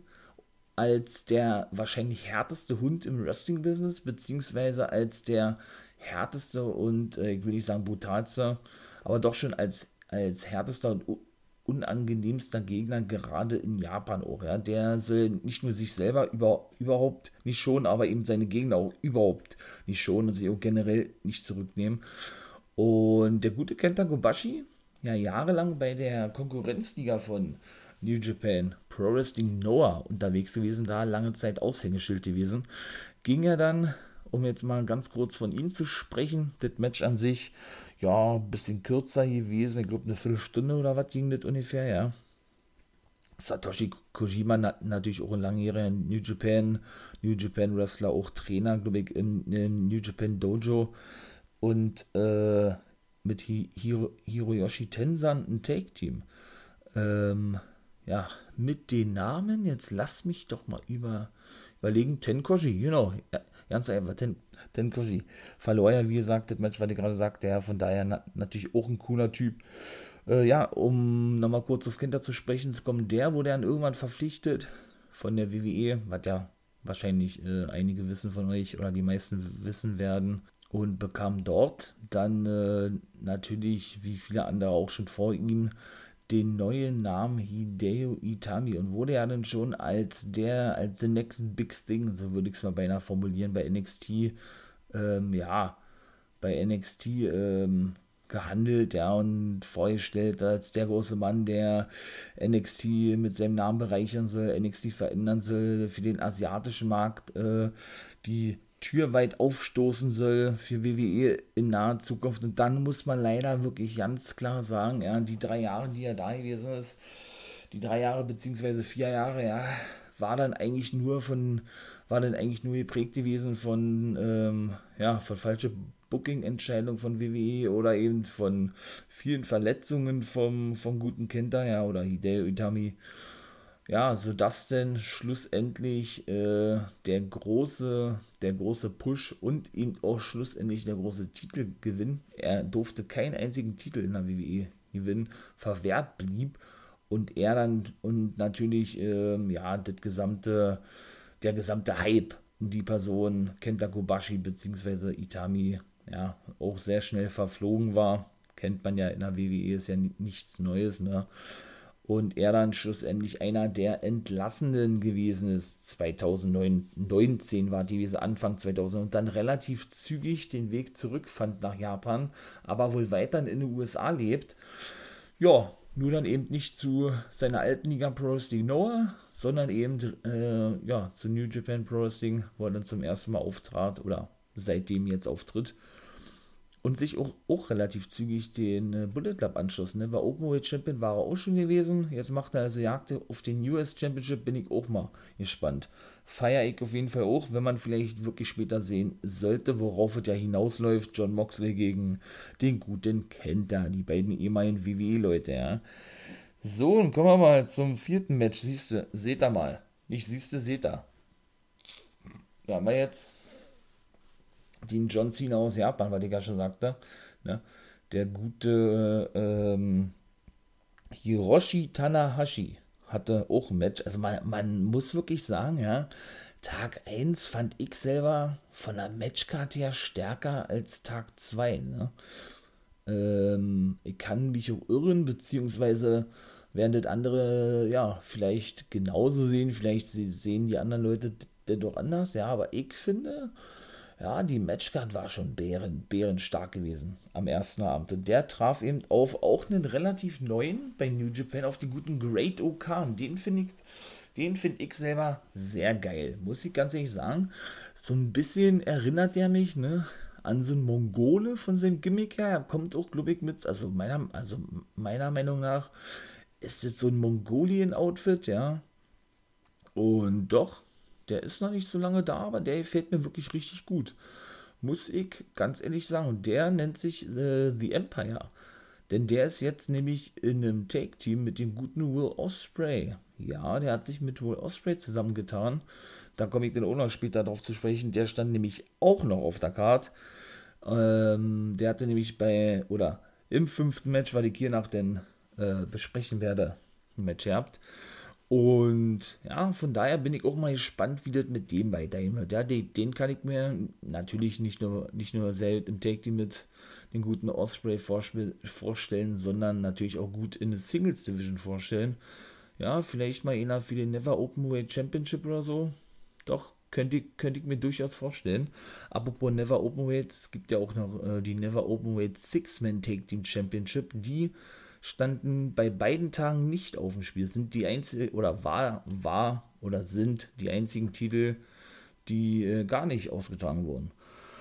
als der wahrscheinlich härteste Hund im Wrestling-Business, beziehungsweise als der härteste und, äh, ich will nicht sagen brutalste, aber doch schon als, als härtester und unangenehmster Gegner, gerade in Japan auch, ja, der soll nicht nur sich selber über, überhaupt nicht schonen, aber eben seine Gegner auch überhaupt nicht schonen und sich auch generell nicht zurücknehmen. Und der gute Kenta Kobashi, ja, jahrelang bei der Konkurrenzliga von New Japan, Pro Wrestling Noah unterwegs gewesen, da lange Zeit Aushängeschild gewesen, ging er dann, um jetzt mal ganz kurz von ihm zu sprechen, das Match an sich, ja, ein bisschen kürzer gewesen, ich glaube eine Viertelstunde oder was ging das ungefähr, ja. Satoshi Kojima na, natürlich auch ein langjähriger New Japan, New Japan Wrestler, auch Trainer, glaube ich, im, im New Japan Dojo und äh, mit Hiro, Hiroyoshi Tenzan ein Take-Team. Ähm, ja, mit den Namen, jetzt lass mich doch mal über, überlegen, Tenkoshi, genau, ja, ganz einfach, Ten, Tenkoshi verlor ja, wie gesagt, das Match, was ich gerade sagte, ja, von daher na, natürlich auch ein cooler Typ. Äh, ja, um nochmal kurz auf Kenta zu sprechen, es kommt der, wurde dann irgendwann verpflichtet von der W W E, was ja wahrscheinlich äh, einige wissen von euch oder die meisten wissen werden, und bekam dort dann äh, natürlich, wie viele andere auch schon vor ihm, den neuen Namen Hideo Itami und wurde ja dann schon als der, als the next big thing, so würde ich es mal beinahe formulieren, bei N X T, ähm, ja, bei N X T ähm, gehandelt, ja, und vorgestellt als der große Mann, der N X T mit seinem Namen bereichern soll, N X T verändern soll, für den asiatischen Markt äh, die Tür weit aufstoßen soll für W W E in naher Zukunft. Und dann muss man leider wirklich ganz klar sagen, ja, die drei Jahre, die er da gewesen ist, die drei Jahre beziehungsweise vier Jahre, ja, war dann eigentlich nur von, war dann eigentlich nur geprägt gewesen von, ähm, ja, von falsche Booking-Entscheidungen von W W E oder eben von vielen Verletzungen vom, vom guten Kenta, ja, oder Hideo Itami. Ja, sodass denn schlussendlich äh, der große, der große Push und eben auch schlussendlich der große Titelgewinn, er durfte keinen einzigen Titel in der W W E gewinnen, verwehrt blieb und er dann und natürlich ähm, ja das gesamte, der gesamte Hype um die Person Kenta Kobashi bzw. Itami ja auch sehr schnell verflogen war. kennt man ja in der W W E, ist ja nichts Neues, ne? Und er dann schlussendlich einer der Entlassenen gewesen ist. zweitausendneunzehn war die gewesen, Anfang zweitausend, und dann relativ zügig den Weg zurückfand nach Japan, aber wohl weiterhin in den U S A lebt. Ja, nur dann eben nicht zu seiner alten Liga Pro Wrestling Noah, sondern eben äh, ja, zu New Japan Pro Wrestling, wo er dann zum ersten Mal auftrat oder seitdem jetzt auftritt. Und sich auch, auch relativ zügig den äh, Bullet Club anschloss. Ne? War Openweight Champion, war er auch schon gewesen. Jetzt macht er also Jagd auf den U S Championship, bin ich auch mal gespannt. Feier ich auf jeden Fall auch, wenn man vielleicht wirklich später sehen sollte, worauf es ja hinausläuft. John Moxley gegen den guten Kenta, die beiden ehemaligen W W E-Leute, ja. So, und kommen wir mal zum vierten Match. Siehste, seht ihr mal. Nicht siehste, seht ihr. Da haben wir jetzt den John Cena aus Japan, was ich ja schon sagte, ne? Der gute ähm, Hiroshi Tanahashi hatte auch ein Match. Also man, man muss wirklich sagen, ja, Tag eins fand ich selber von der Matchcard her stärker als Tag zwei. Ne? Ähm, ich kann mich auch irren, beziehungsweise werden das andere, ja, vielleicht genauso sehen, vielleicht sehen die anderen Leute das doch anders, ja, aber ich finde, ja, die Matchcard war schon bären, bärenstark gewesen am ersten Abend. Und der traf eben auf auch einen relativ neuen bei New Japan, auf den guten Great Okan. Den finde ich, den finde ich selber sehr geil, muss ich ganz ehrlich sagen. So ein bisschen erinnert er mich, ne, an so einen Mongole von seinem Gimmick her. Er kommt auch, glaube ich, mit, also meiner, also meiner Meinung nach ist das so ein Mongolien-Outfit, ja. Und doch, der ist noch nicht so lange da, aber der gefällt mir wirklich richtig gut. Muss ich ganz ehrlich sagen. Und der nennt sich äh, The Empire. Denn der ist jetzt nämlich in einem Take-Team mit dem guten Will Ospreay. Ja, der hat sich mit Will Ospreay zusammengetan. Da komme ich dann auch noch später drauf zu sprechen. Der stand nämlich auch noch auf der Card. Ähm, der hatte nämlich bei, oder im fünften Match, weil ich hier nach den äh, besprechen werde, ein Match gehabt. Und ja, von daher bin ich auch mal gespannt, wie das mit dem weitergehen wird. Ja, den, den kann ich mir natürlich nicht nur, nicht nur selbst im Take-Team mit den guten Ospreay vorstellen, sondern natürlich auch gut in der Singles Division vorstellen. Ja, vielleicht mal einer für den Never Openweight Championship oder so. Doch, könnte ich, könnte ich mir durchaus vorstellen. Apropos Never Openweight, es gibt ja auch noch äh, die Never Openweight Six-Man Take-Team Championship, die standen bei beiden Tagen nicht auf dem Spiel. Sind die einzige oder war, war oder sind die einzigen Titel, die äh, gar nicht ausgetragen wurden.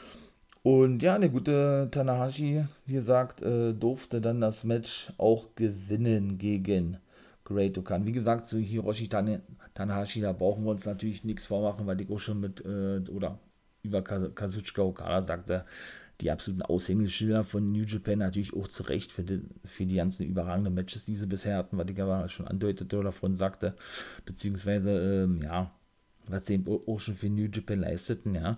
Und ja, der gute Tanahashi, wie gesagt, äh, durfte dann das Match auch gewinnen gegen Great Okan. Wie gesagt, zu Hiroshi Tan- Tanahashi, da brauchen wir uns natürlich nichts vormachen, weil ich auch schon mit, äh, oder über Kazuchika Okada sagte, die absoluten Aushängeschilder von New Japan natürlich auch zu Recht für die, für die ganzen überragenden Matches, die sie bisher hatten, was ich aber schon andeutete oder davon sagte, beziehungsweise, ähm, ja, was sie auch schon für New Japan leisteten, ja.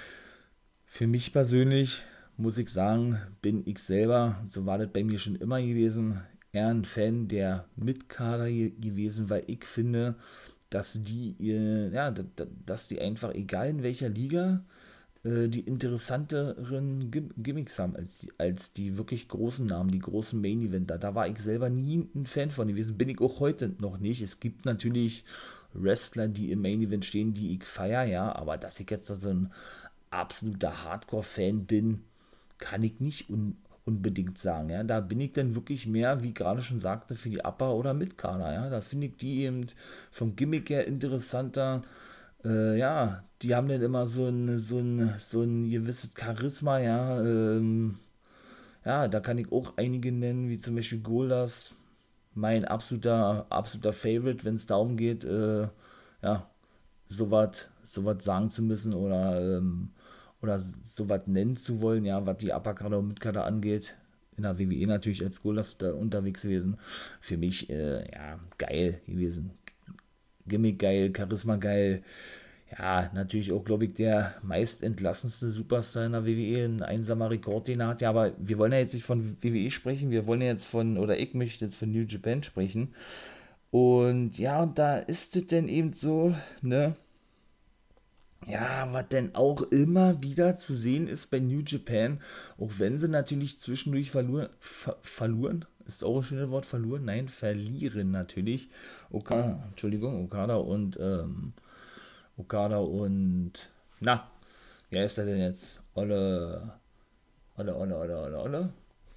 Für mich persönlich, muss ich sagen, bin ich selber, so war das bei mir schon immer gewesen, eher ein Fan der Mitkader gewesen, weil ich finde, dass die, ja, dass die einfach, egal in welcher Liga, die interessanteren Gimmicks haben als die, als die wirklich großen Namen, die großen Main-Eventer. Da war ich selber nie ein Fan von gewesen, bin ich auch heute noch nicht. Es gibt natürlich Wrestler, die im Main-Event stehen, die ich feiere, ja, aber dass ich jetzt so ein absoluter Hardcore-Fan bin, kann ich nicht un- unbedingt sagen, ja. Da bin ich dann wirklich mehr, wie gerade schon sagte, für die Upper- oder Mid-Kader, ja. Da finde ich die eben vom Gimmick her interessanter. Äh, ja, die haben dann immer so ein, so ein, so ein gewisses Charisma, ja, ähm, ja, da kann ich auch einige nennen, wie zum Beispiel Goldust, mein absoluter, absoluter Favorite, wenn es darum geht, äh, ja, sowas sowas sagen zu müssen oder, ähm, oder sowas nennen zu wollen, ja, was die Upper-Kader und Mid-Kader angeht, in der W W E natürlich als Goldust da unterwegs gewesen, für mich, äh, ja, geil gewesen. Gimmick geil, Charisma geil. Ja, natürlich auch, glaube ich, der meist entlassenste Superstar in der W W E, ein einsamer Rekord, den er hat. Ja, aber wir wollen ja jetzt nicht von W W E sprechen, wir wollen ja jetzt von, oder ich möchte jetzt von New Japan sprechen. Und ja, und da ist es denn eben so, ne, Ja, was denn auch immer wieder zu sehen ist bei New Japan, auch wenn sie natürlich zwischendurch verloren, ver, verloren, ist auch ein schönes Wort, verloren, nein, verlieren natürlich. Okada, Entschuldigung, Okada und, ähm, Okada und, na, wie heißt er denn jetzt? Olle, Olle, Olle, Olle, Olle, Olle?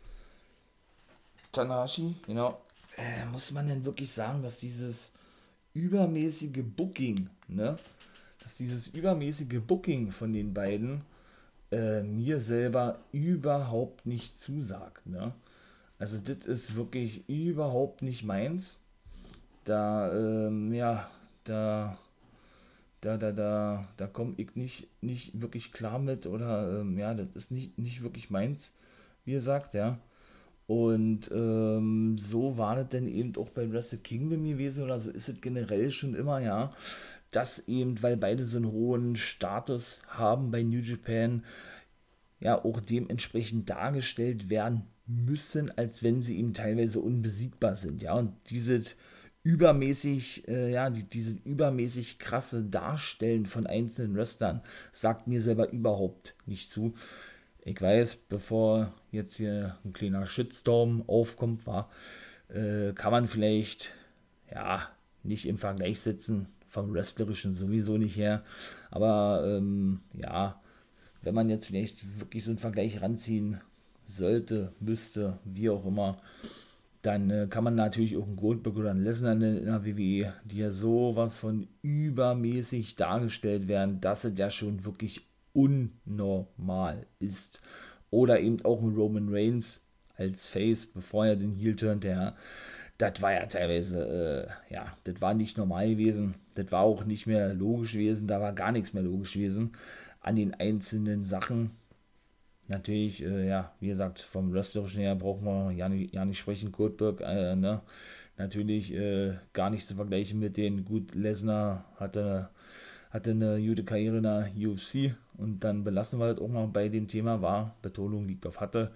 Tanahashi, genau. Äh, muss man denn wirklich sagen, dass dieses übermäßige Booking, ne? Dass dieses übermäßige Booking von den beiden äh, mir selber überhaupt nicht zusagt, ne? Also das ist wirklich überhaupt nicht meins. Da, ähm, ja, da, da, da, da, da komme ich nicht, nicht wirklich klar mit oder, ähm, ja, das ist nicht, nicht wirklich meins, wie gesagt, ja. Und ähm, so war das dann eben auch bei Wrestle Kingdom gewesen oder so ist es generell schon immer, ja, dass eben, weil beide so einen hohen Status haben bei New Japan, ja auch dementsprechend dargestellt werden müssen, als wenn sie eben teilweise unbesiegbar sind, ja, und dieses übermäßig, äh, ja, die, diese übermäßig krasse Darstellen von einzelnen Wrestlern sagt mir selber überhaupt nicht zu. Ich weiß, bevor jetzt hier ein kleiner Shitstorm aufkommt, war, äh, kann man vielleicht, ja, nicht im Vergleich setzen, vom Wrestlerischen sowieso nicht her, aber, ähm, ja, wenn man jetzt vielleicht wirklich so einen Vergleich ranziehen sollte, müsste, wie auch immer, dann äh, kann man natürlich auch einen Goldberg oder einen Lesnar in der W W E, die ja sowas von übermäßig dargestellt werden, dass es ja schon wirklich unnormal ist. Oder eben auch ein Roman Reigns als Face, bevor er den Heel turnte, ja. Das war ja teilweise, äh, ja, das war nicht normal gewesen. Das war auch nicht mehr logisch gewesen. Da war gar nichts mehr logisch gewesen an den einzelnen Sachen. Natürlich, äh, ja, wie gesagt, vom Wrestlerischen her brauchen wir ja nicht, ja nicht sprechen. Goldberg, äh, ne, natürlich äh, gar nicht zu vergleichen mit den, gut, Lesnar hatte, hatte eine gute Karriere in der U F C und dann belassen wir halt auch mal bei dem Thema, war, Betonung liegt auf hatte.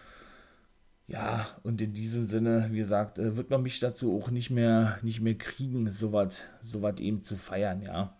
Ja, und in diesem Sinne, wie gesagt, äh, wird man mich dazu auch nicht mehr, nicht mehr kriegen, sowas sowas eben zu feiern, ja.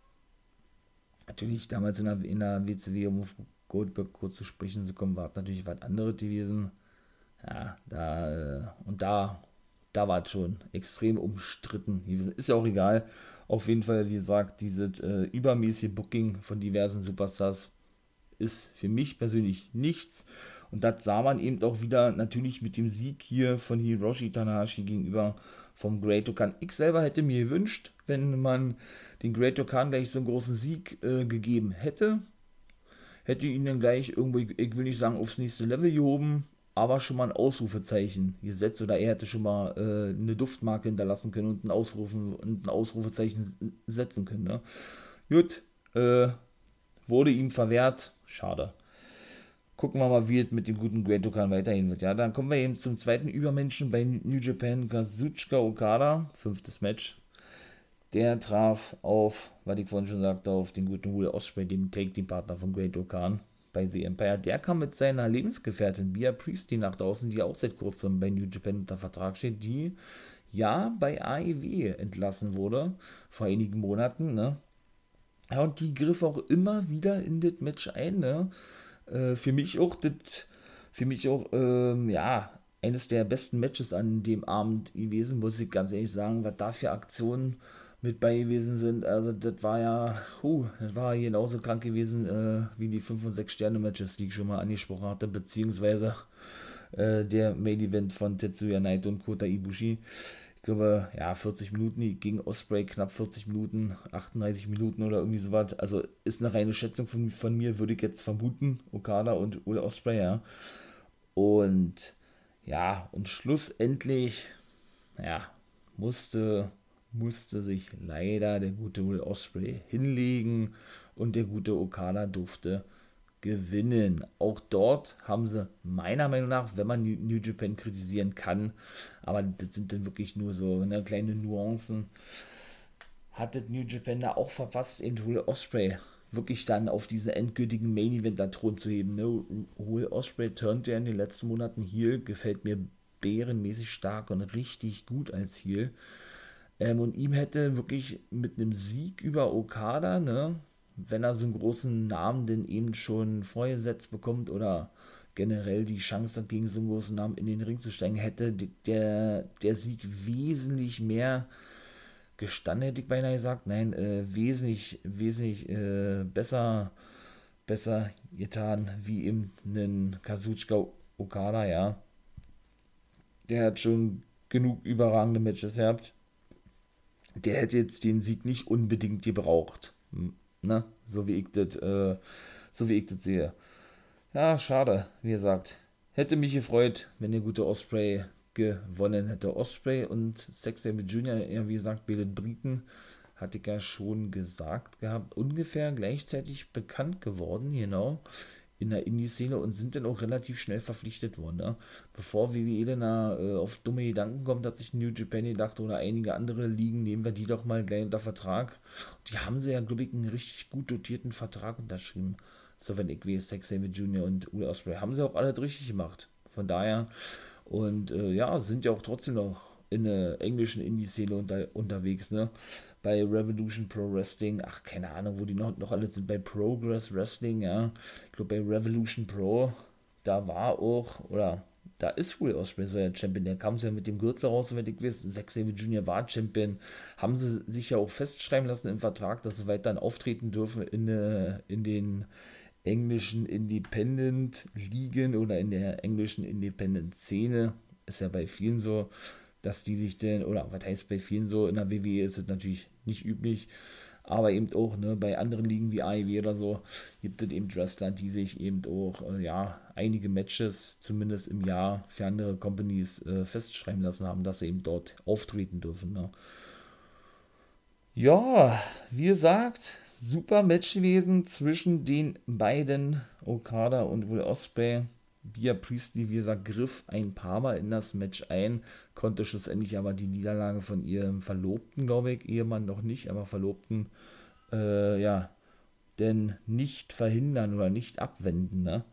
Natürlich damals in der, in der W C W, um auf Goldberg kurz zu sprechen zu kommen, war natürlich was anderes gewesen. Ja, da, äh, und da, da war es schon extrem umstritten gewesen. Ist ja auch egal. Auf jeden Fall, wie gesagt, dieses äh, übermäßige Booking von diversen Superstars ist für mich persönlich nichts. Und das sah man eben auch wieder natürlich mit dem Sieg hier von Hiroshi Tanahashi gegenüber vom Great Okan. Ich selber hätte mir gewünscht, wenn man den Great Okan gleich so einen großen Sieg äh, gegeben hätte, hätte ihn dann gleich irgendwo, ich will nicht sagen aufs nächste Level gehoben, aber schon mal ein Ausrufezeichen gesetzt oder er hätte schon mal äh, eine Duftmarke hinterlassen können und ein, Ausrufen, und ein Ausrufezeichen setzen können. Ne? Gut, äh, wurde ihm verwehrt, schade. Gucken wir mal, wie es mit dem guten Great Okan weiterhin wird. Ja, dann kommen wir eben zum zweiten Übermenschen bei New Japan, Kazuchika Okada, fünftes Match. Der traf auf, was ich vorhin schon sagte, auf den guten Will Ospreay, dem Take-Team-Partner von Great Okan bei The Empire. Der kam mit seiner Lebensgefährtin Bea Priestley nach draußen, die auch seit kurzem bei New Japan unter Vertrag steht, die ja bei A E W entlassen wurde, vor einigen Monaten, ne? Ja, und die griff auch immer wieder in das Match ein, ne? Äh, für mich auch, das, für mich auch, ähm, ja, eines der besten Matches an dem Abend gewesen, muss ich ganz ehrlich sagen, was da für Aktionen mit bei gewesen sind. Also das war ja, huh, das war genauso krank gewesen äh, wie die fünf und sechs Sterne Matches, die ich schon mal angesprochen hatte, beziehungsweise äh, der Main Event von Tetsuya Naito und Kota Ibushi. Ich glaube, ja, vierzig Minuten gegen Ospreay, knapp vierzig Minuten, achtunddreißig Minuten oder irgendwie sowas. Also ist eine reine Schätzung von, von mir, würde ich jetzt vermuten, Okada und Will Ospreay, ja. Und ja, und schlussendlich, ja, musste musste sich leider der gute Will Ospreay hinlegen und der gute Okada durfte gewinnen. Auch dort haben sie meiner Meinung nach, wenn man New Japan kritisieren kann, aber das sind dann wirklich nur so ne, kleine Nuancen, hat das New Japan da auch verpasst, eben Will Ospreay wirklich dann auf diesen endgültigen Main Event da Thron zu heben. Ne? Will Ospreay turnt ja in den letzten Monaten Heel, gefällt mir bärenmäßig stark und richtig gut als Heel. Ähm, und ihm hätte wirklich mit einem Sieg über Okada, ne, wenn er so einen großen Namen denn eben schon vorgesetzt bekommt oder generell die Chance hat, gegen so einen großen Namen in den Ring zu steigen, hätte der, der Sieg wesentlich mehr gestanden, hätte ich beinahe gesagt. Nein, äh, wesentlich, wesentlich äh, besser, besser getan, wie eben einen Kazuchika Okada, ja. Der hat schon genug überragende Matches gehabt. Der hätte jetzt den Sieg nicht unbedingt gebraucht. Ne? So wie ich das, äh, so wie ich das sehe. Ja, schade, wie gesagt. Hätte mich gefreut, wenn der gute Ospreay gewonnen hätte. Ospreay und Zack Sabre Junior, ja, wie gesagt, beide Briten, hatte ich ja schon gesagt gehabt, ungefähr gleichzeitig bekannt geworden, genau, in der Indie-Szene und sind dann auch relativ schnell verpflichtet worden. Ne? Bevor W W E dann äh, auf dumme Gedanken kommt, hat sich New Japan gedacht oder einige andere Ligen, nehmen wir die doch mal gleich unter Vertrag. Die haben sie ja, glaube ich, einen richtig gut dotierten Vertrag unterschrieben. So, wenn ich wie Zack Sabre Junior und Will Ospreay haben sie auch alles richtig gemacht. Von daher, und äh, ja, sind ja auch trotzdem noch in der englischen Indie-Szene unter, unterwegs, ne? Bei Revolution Pro Wrestling, ach, keine Ahnung, wo die noch, noch alle sind, bei Progress Wrestling, ja. Ich glaube, bei Revolution Pro, da war auch, oder da ist Will Ospreay so der Champion, der kam ja mit dem Gürtel raus, soweit ich weiß, Zack Sabre Junior war Champion, haben sie sich ja auch festschreiben lassen im Vertrag, dass sie weiterhin auftreten dürfen in, äh, in den englischen Independent-Ligen oder in der englischen Independent-Szene, ist ja bei vielen so, dass die sich denn, oder was heißt bei vielen so, in der W W E ist es natürlich nicht üblich, aber eben auch, ne, bei anderen Ligen wie A E W oder so, gibt es eben Wrestler, die sich eben auch, äh, ja, einige Matches, zumindest im Jahr, für andere Companies äh, festschreiben lassen haben, dass sie eben dort auftreten dürfen, ne. Ja, wie gesagt, super Match gewesen zwischen den beiden, Okada und Will Ospreay. Bea Priestley, wie gesagt, griff ein paar Mal in das Match ein, konnte schlussendlich aber die Niederlage von ihrem Verlobten, glaube ich, Ehemann noch nicht, aber Verlobten, äh, ja, denn nicht verhindern oder nicht abwenden, ne?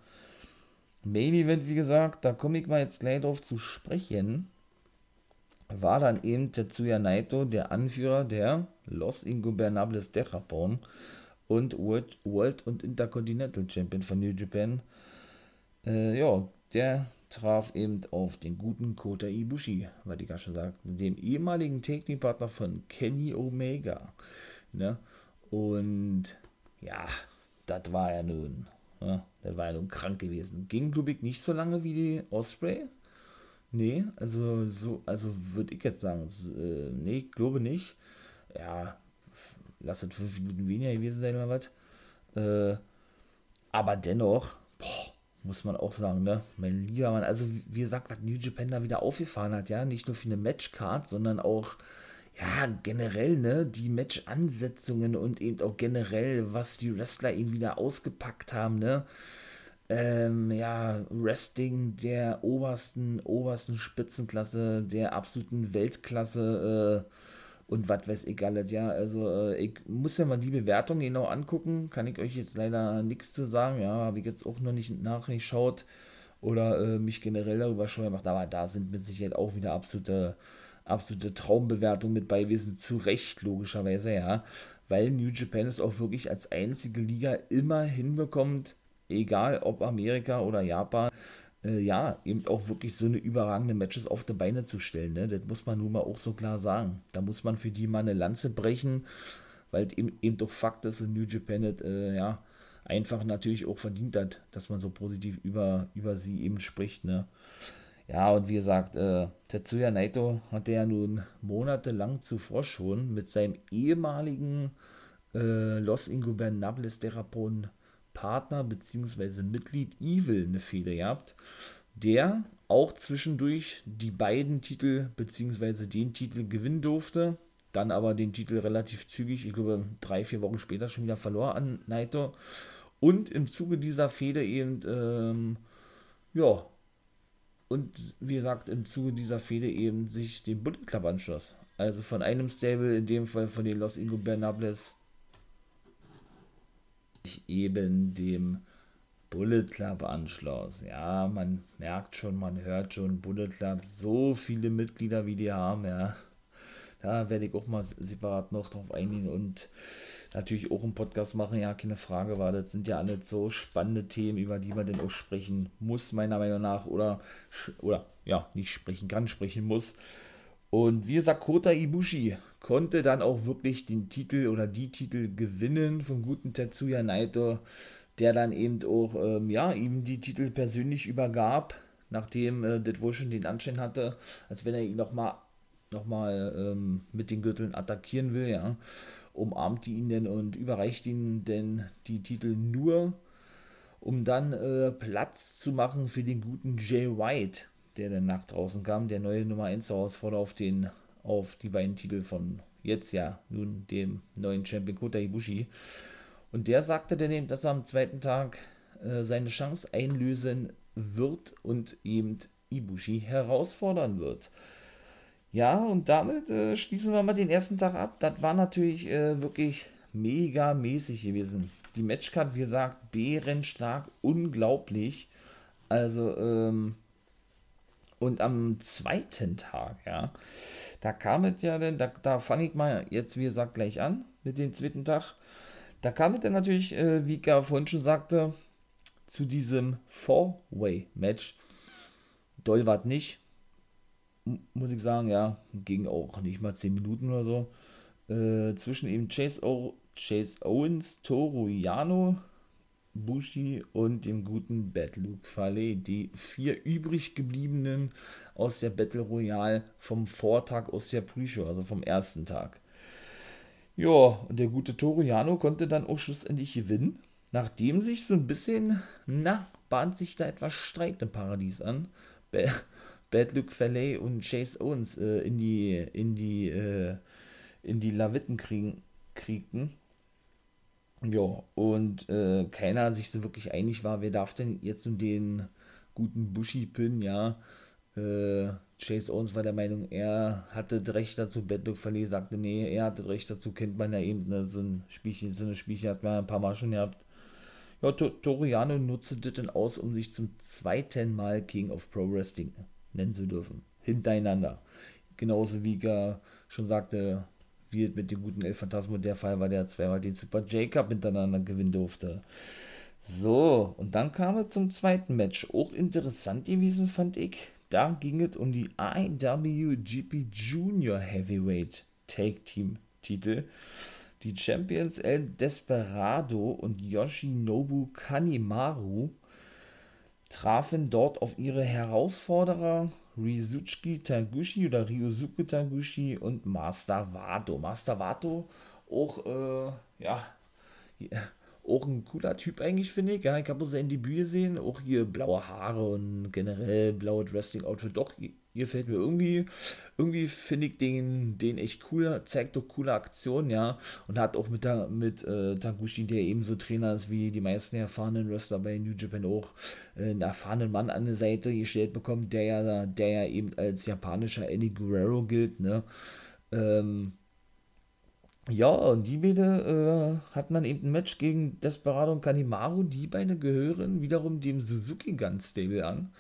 Main Event, wie gesagt, da komme ich mal jetzt gleich drauf zu sprechen, war dann eben Tetsuya Naito, der Anführer der Los Ingobernables de Japón und World, World und Intercontinental Champion von New Japan. Äh, ja, der traf eben auf den guten Kota Ibushi, weil ich ja schon sagte, dem ehemaligen Take-Team-Partner von Kenny Omega. Ne? Und ja, das war ja nun, ja, das war ja nun krank gewesen. Ging, glaube ich, nicht so lange wie die Ospreay. Nee, also so, also würde ich jetzt sagen, äh, nee, ich glaube nicht. Ja, lass es fünf Minuten weniger gewesen sein oder was. Äh, aber dennoch, boah, muss man auch sagen, ne, mein lieber Mann, also wie gesagt, was New Japan da wieder aufgefahren hat, ja, nicht nur für eine Matchcard, sondern auch, ja, generell, ne, die Match-Ansetzungen und eben auch generell, was die Wrestler eben wieder ausgepackt haben, ne, ähm, ja, Wrestling der obersten, obersten Spitzenklasse, der absoluten Weltklasse, äh, und was weiß ich alles, ja, also äh, ich muss ja mal die Bewertung genau angucken, kann ich euch jetzt leider nichts zu sagen, ja, habe ich jetzt auch noch nicht nachgeschaut oder äh, mich generell darüber schon gemacht, aber da sind mit Sicherheit auch wieder absolute, absolute Traumbewertungen mit bei gewesen, zu Recht logischerweise, ja, weil New Japan es auch wirklich als einzige Liga immer hinbekommt, egal ob Amerika oder Japan, Äh, ja, eben auch wirklich so eine überragende Matches auf die Beine zu stellen, ne? Das muss man nun mal auch so klar sagen. Da muss man für die mal eine Lanze brechen, weil es eben, eben doch Fakt ist und New Japan das, äh, ja, einfach natürlich auch verdient hat, dass man so positiv über, über sie eben spricht, ne? Ja, und wie gesagt, äh, Tetsuya Naito hatte ja nun monatelang zuvor schon mit seinem ehemaligen äh, Los Ingobernables de Japón Partner bzw. Mitglied Evil eine Fehde gehabt, der auch zwischendurch die beiden Titel bzw. den Titel gewinnen durfte, dann aber den Titel relativ zügig, ich glaube drei, vier Wochen später schon wieder verlor an Naito und im Zuge dieser Fehde eben, ähm, ja, und wie gesagt, im Zuge dieser Fehde eben sich dem Bullet Club anschloss. Also von einem Stable, in dem Fall von den Los Ingobernables, eben dem Bullet Club anschloss. Ja, man merkt schon, man hört schon, Bullet Club, so viele Mitglieder, wie die haben, ja. Da werde ich auch mal separat noch drauf eingehen und natürlich auch einen Podcast machen, ja, keine Frage, weil das sind ja alles so spannende Themen, über die man dann auch sprechen muss, meiner Meinung nach, oder, oder ja, nicht sprechen kann, sprechen muss. Und wie gesagt, Kota Ibushi konnte dann auch wirklich den Titel oder die Titel gewinnen vom guten Tetsuya Naito, der dann eben auch, ähm, ja, ihm die Titel persönlich übergab, nachdem äh, das wohl schon den Anschein hatte, als wenn er ihn nochmal noch mal, ähm, mit den Gürteln attackieren will, ja, umarmte ihn denn und überreicht ihn denn die Titel nur, um dann äh, Platz zu machen für den guten Jay White, der dann nach draußen kam, der neue Nummer eins Herausforderer auf den, auf die beiden Titel von jetzt ja nun dem neuen Champion Kota Ibushi. Und der sagte dann eben, dass er am zweiten Tag äh, seine Chance einlösen wird und eben Ibushi herausfordern wird. Ja, und damit äh, schließen wir mal den ersten Tag ab. Das war natürlich äh, wirklich mega mäßig gewesen. Die Matchcard, wie gesagt, bärenstark, unglaublich. Also, ähm, und am zweiten Tag, ja, da kam es ja dann, da, da fange ich mal jetzt, wie gesagt, gleich an mit dem zweiten Tag. Da kam es dann natürlich, äh, wie ich ja vorhin schon sagte, zu diesem Four-Way-Match. Doll war es nicht, m- muss ich sagen, ja, ging auch nicht mal zehn Minuten oder so. Äh, zwischen eben Chase, o- Chase Owens, Toru Yano, Bushi und dem guten Bad Luke Fale, die vier übrig gebliebenen aus der Battle Royale vom Vortag aus der Pre-Show, also vom ersten Tag. Ja, und der gute Toru Yano konnte dann auch schlussendlich gewinnen, nachdem sich so ein bisschen, na, bahnt sich da etwas Streit im Paradies an. Ba- Bad Luke Fale und Chase Owens äh, in die, in die, äh, in die Lavitten kriegen, kriegten. Ja, und äh, keiner sich so wirklich einig war, wer darf denn jetzt nun den guten Bushi-Pin, ja. Äh, Chase Owens war der Meinung, er hatte das Recht dazu, Bad Luke Fale sagte, nee, er hatte das Recht dazu, kennt man ja eben, ne, so ein Spielchen, so eine Spielchen hat man ja ein paar Mal schon gehabt. Ja, To- Toru Yano nutzte das dann aus, um sich zum zweiten Mal King of Pro Wrestling nennen zu dürfen. Hintereinander. Genauso wie ich ja schon sagte, wie es mit dem guten El Phantasmo der Fall war, der zweimal den Super J-Cup hintereinander gewinnen durfte. So, und dann kam es zum zweiten Match. Auch interessant gewesen, fand ich. Da ging es um die I W G P Junior Heavyweight Tag Team Titel. Die Champions El Desperado und Yoshinobu Kanemaru trafen dort auf ihre Herausforderer Ryusuke Taguchi oder Ryusuke Taguchi und Master Wato. Master Wato auch, äh, ja, auch ein cooler Typ eigentlich, finde ich. Ja, ich habe sein Debüt gesehen, auch hier blaue Haare und generell blaues Wrestling-Outfit. Doch, hier fällt mir irgendwie, irgendwie finde ich den, den echt cooler, zeigt doch coole Aktionen, ja. Und hat auch mit, der, mit äh, Taguchi, der ebenso Trainer ist wie die meisten erfahrenen Wrestler bei New Japan auch, äh, einen erfahrenen Mann an der Seite gestellt bekommen, der ja, der ja eben als japanischer Eddie Guerrero gilt, ne. Ähm, ja, und die beide äh, hatten dann eben ein Match gegen Desperado und Kanemaru. Die beide gehören wiederum dem Suzuki Gun Stable an.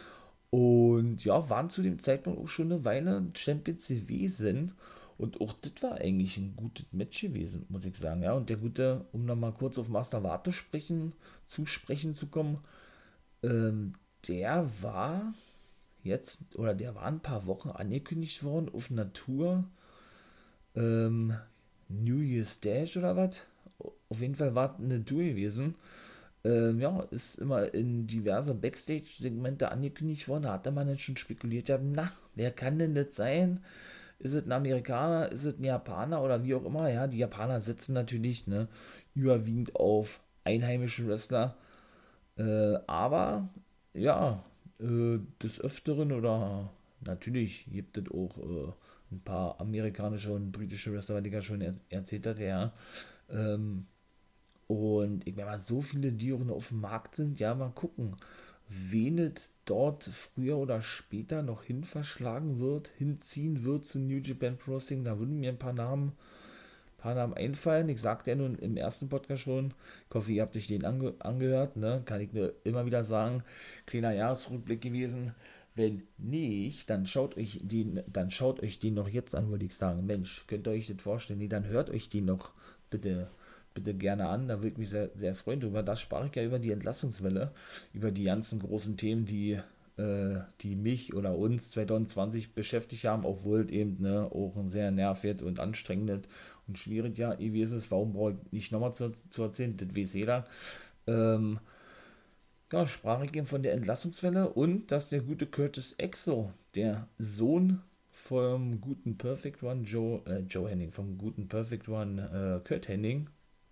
Und ja, waren zu dem Zeitpunkt auch schon eine Weile Champions gewesen. Und auch das war eigentlich ein gutes Match gewesen, muss ich sagen. Ja, und der gute, um nochmal kurz auf Master Wato sprechen, zu sprechen zu kommen, ähm, der war jetzt, oder der war ein paar Wochen angekündigt worden auf einer Tour. Ähm, New Year's Dash oder was? Auf jeden Fall war es eine Tour gewesen. Ähm, ja, ist immer in diverse Backstage-Segmente angekündigt worden. Da hat der Mann dann schon spekuliert, ja, na, wer kann denn das sein? Ist es ein Amerikaner, ist es ein Japaner oder wie auch immer? Ja, die Japaner setzen natürlich, ne, überwiegend auf einheimische Wrestler. Äh, aber, ja, äh, des Öfteren oder natürlich gibt es auch äh, ein paar amerikanische und britische Wrestler, die ich ja schon er erzählt hatte, ja. Ähm, und ich meine mal, so viele, die auch noch auf dem Markt sind, ja, mal gucken, wen es dort früher oder später noch hin verschlagen wird, hinziehen wird zu New Japan Pro Wrestling. Da würden mir ein paar Namen, paar Namen einfallen. Ich sagte ja nun im ersten Podcast schon, ich hoffe, ihr habt euch den ange angehört, ne? Kann ich nur immer wieder sagen, kleiner Jahresrückblick gewesen. Wenn nicht, dann schaut euch den, dann schaut euch den noch jetzt an, würde ich sagen. Mensch, könnt ihr euch das vorstellen? Nee, dann hört euch den noch bitte bitte gerne an, da würde ich mich sehr, sehr freuen drüber. Da sprach ich ja über die Entlassungswelle, über die ganzen großen Themen, die, äh, die mich oder uns zwanzig zwanzig beschäftigt haben, obwohl es eben ne, auch ein sehr nervig und anstrengendes und schwierig Jahr gewesen ist. Warum brauche ich nicht nochmal zu, zu erzählen, das weiß jeder. Ähm, ja, sprach ich eben von der Entlassungswelle und dass der gute Curtis Axel, der Sohn vom guten Perfect One Joe, äh, Joe Henning, vom guten Perfect One äh, Kurt Henning,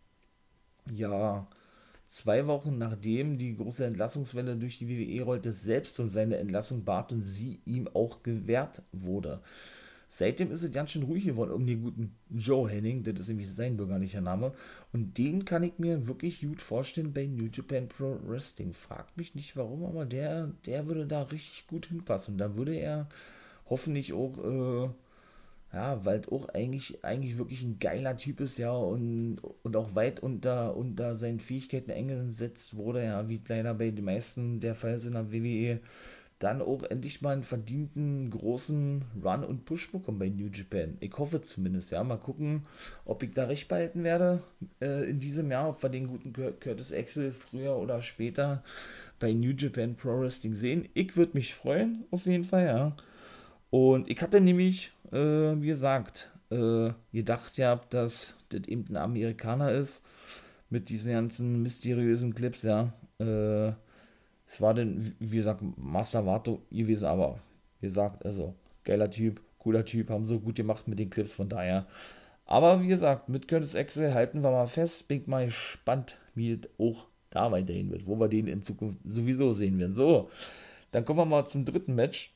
ja, zwei Wochen nachdem die große Entlassungswelle durch die W W E rollte, selbst um seine Entlassung bat und sie ihm auch gewährt wurde. Seitdem ist es ganz schön ruhig geworden um den guten Joe Henning, das ist nämlich sein bürgerlicher Name, und den kann ich mir wirklich gut vorstellen bei New Japan Pro Wrestling. Fragt mich nicht warum, aber der, der würde da richtig gut hinpassen. Und da würde er hoffentlich auch, äh, ja, weil es auch eigentlich, eigentlich wirklich ein geiler Typ ist, ja, und, und auch weit unter, unter seinen Fähigkeiten eingesetzt wurde, ja, wie leider bei den meisten der Fall sind in der W W E, dann auch endlich mal einen verdienten großen Run und Push bekommen bei New Japan. Ich hoffe zumindest, ja. Mal gucken, ob ich da recht behalten werde äh, in diesem Jahr, ob wir den guten Curtis Axel früher oder später bei New Japan Pro Wrestling sehen. Ich würde mich freuen, auf jeden Fall, ja. Und ich hatte nämlich, äh, wie gesagt, äh, gedacht, ja, dass das eben ein Amerikaner ist, mit diesen ganzen mysteriösen Clips, ja. Äh, es war dann, wie gesagt, Master Vato gewesen, aber wie gesagt, also geiler Typ, cooler Typ, haben so gut gemacht mit den Clips, von daher. Aber wie gesagt, mit Curtis Axel halten wir mal fest, bin ich mal gespannt, wie es auch da weitergehen wird, wo wir den in Zukunft sowieso sehen werden. So, dann kommen wir mal zum dritten Match.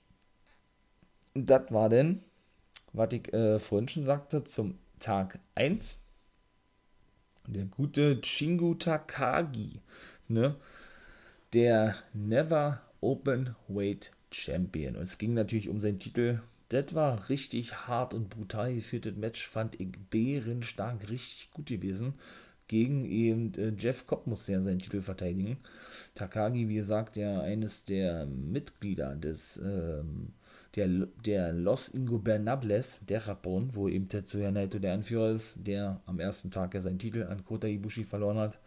Und das war denn, was ich äh, vorhin schon sagte, zum Tag eins. Der gute Shingo Takagi, ne? Der Never Open Weight Champion. Und es ging natürlich um seinen Titel. Das war richtig hart und brutal geführtes Match, fand ich bärenstark, richtig gut gewesen. Gegen eben äh, Jeff Cobb musste er seinen Titel verteidigen. Takagi, wie gesagt, ja eines der Mitglieder des ähm, der, der Los Ingobernables der Japón, wo eben Tetsuya Naito der Anführer ist, der am ersten Tag ja seinen Titel an Kota Ibushi verloren hat.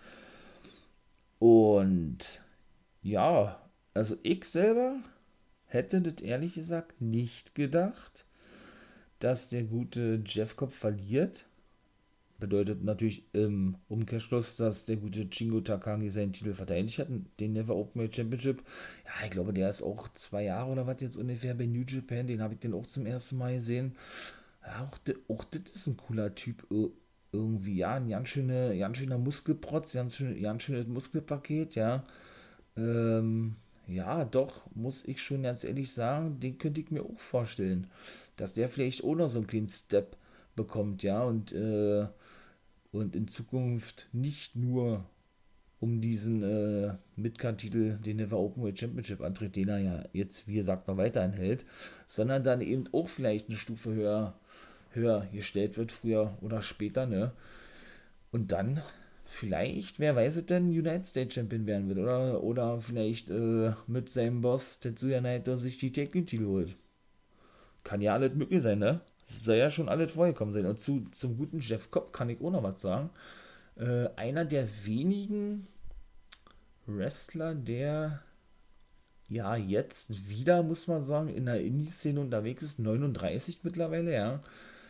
Und ja, also ich selber hätte das ehrlich gesagt nicht gedacht, dass der gute Jeff Cobb verliert. Bedeutet natürlich im Umkehrschluss, dass der gute Shingo Takagi seinen Titel verteidigt hat, den Never Open Weight Championship. Ja, ich glaube, der ist auch zwei Jahre oder was jetzt ungefähr bei New Japan, den habe ich den auch zum ersten Mal gesehen. Ja, auch, de, auch das ist ein cooler Typ irgendwie, ja, ein ganz, schöne, ganz schöner Muskelprotz, ganz, schön, ganz schönes Muskelpaket, ja. Ähm, ja, doch, muss ich schon ganz ehrlich sagen, den könnte ich mir auch vorstellen, dass der vielleicht auch noch so einen kleinen Step bekommt, ja, und, äh, und in Zukunft nicht nur um diesen äh, Midcard-Titel, den Never Open Weight Championship antritt, den er ja jetzt, wie gesagt, noch weiterhin hält, sondern dann eben auch vielleicht eine Stufe höher, höher gestellt wird, früher oder später, ne, und dann vielleicht, wer weiß es denn, United States Champion werden wird, oder, oder vielleicht äh, mit seinem Boss Tetsuya Naito sich die Tag Team Titel holt. Kann ja alles möglich sein, ne? Soll ja schon alles vorgekommen sein. Und zu, zum guten Jeff Cobb kann ich auch noch was sagen. Äh, einer der wenigen Wrestler, der ja jetzt wieder, muss man sagen, in der Indie-Szene unterwegs ist, neununddreißig mittlerweile, ja.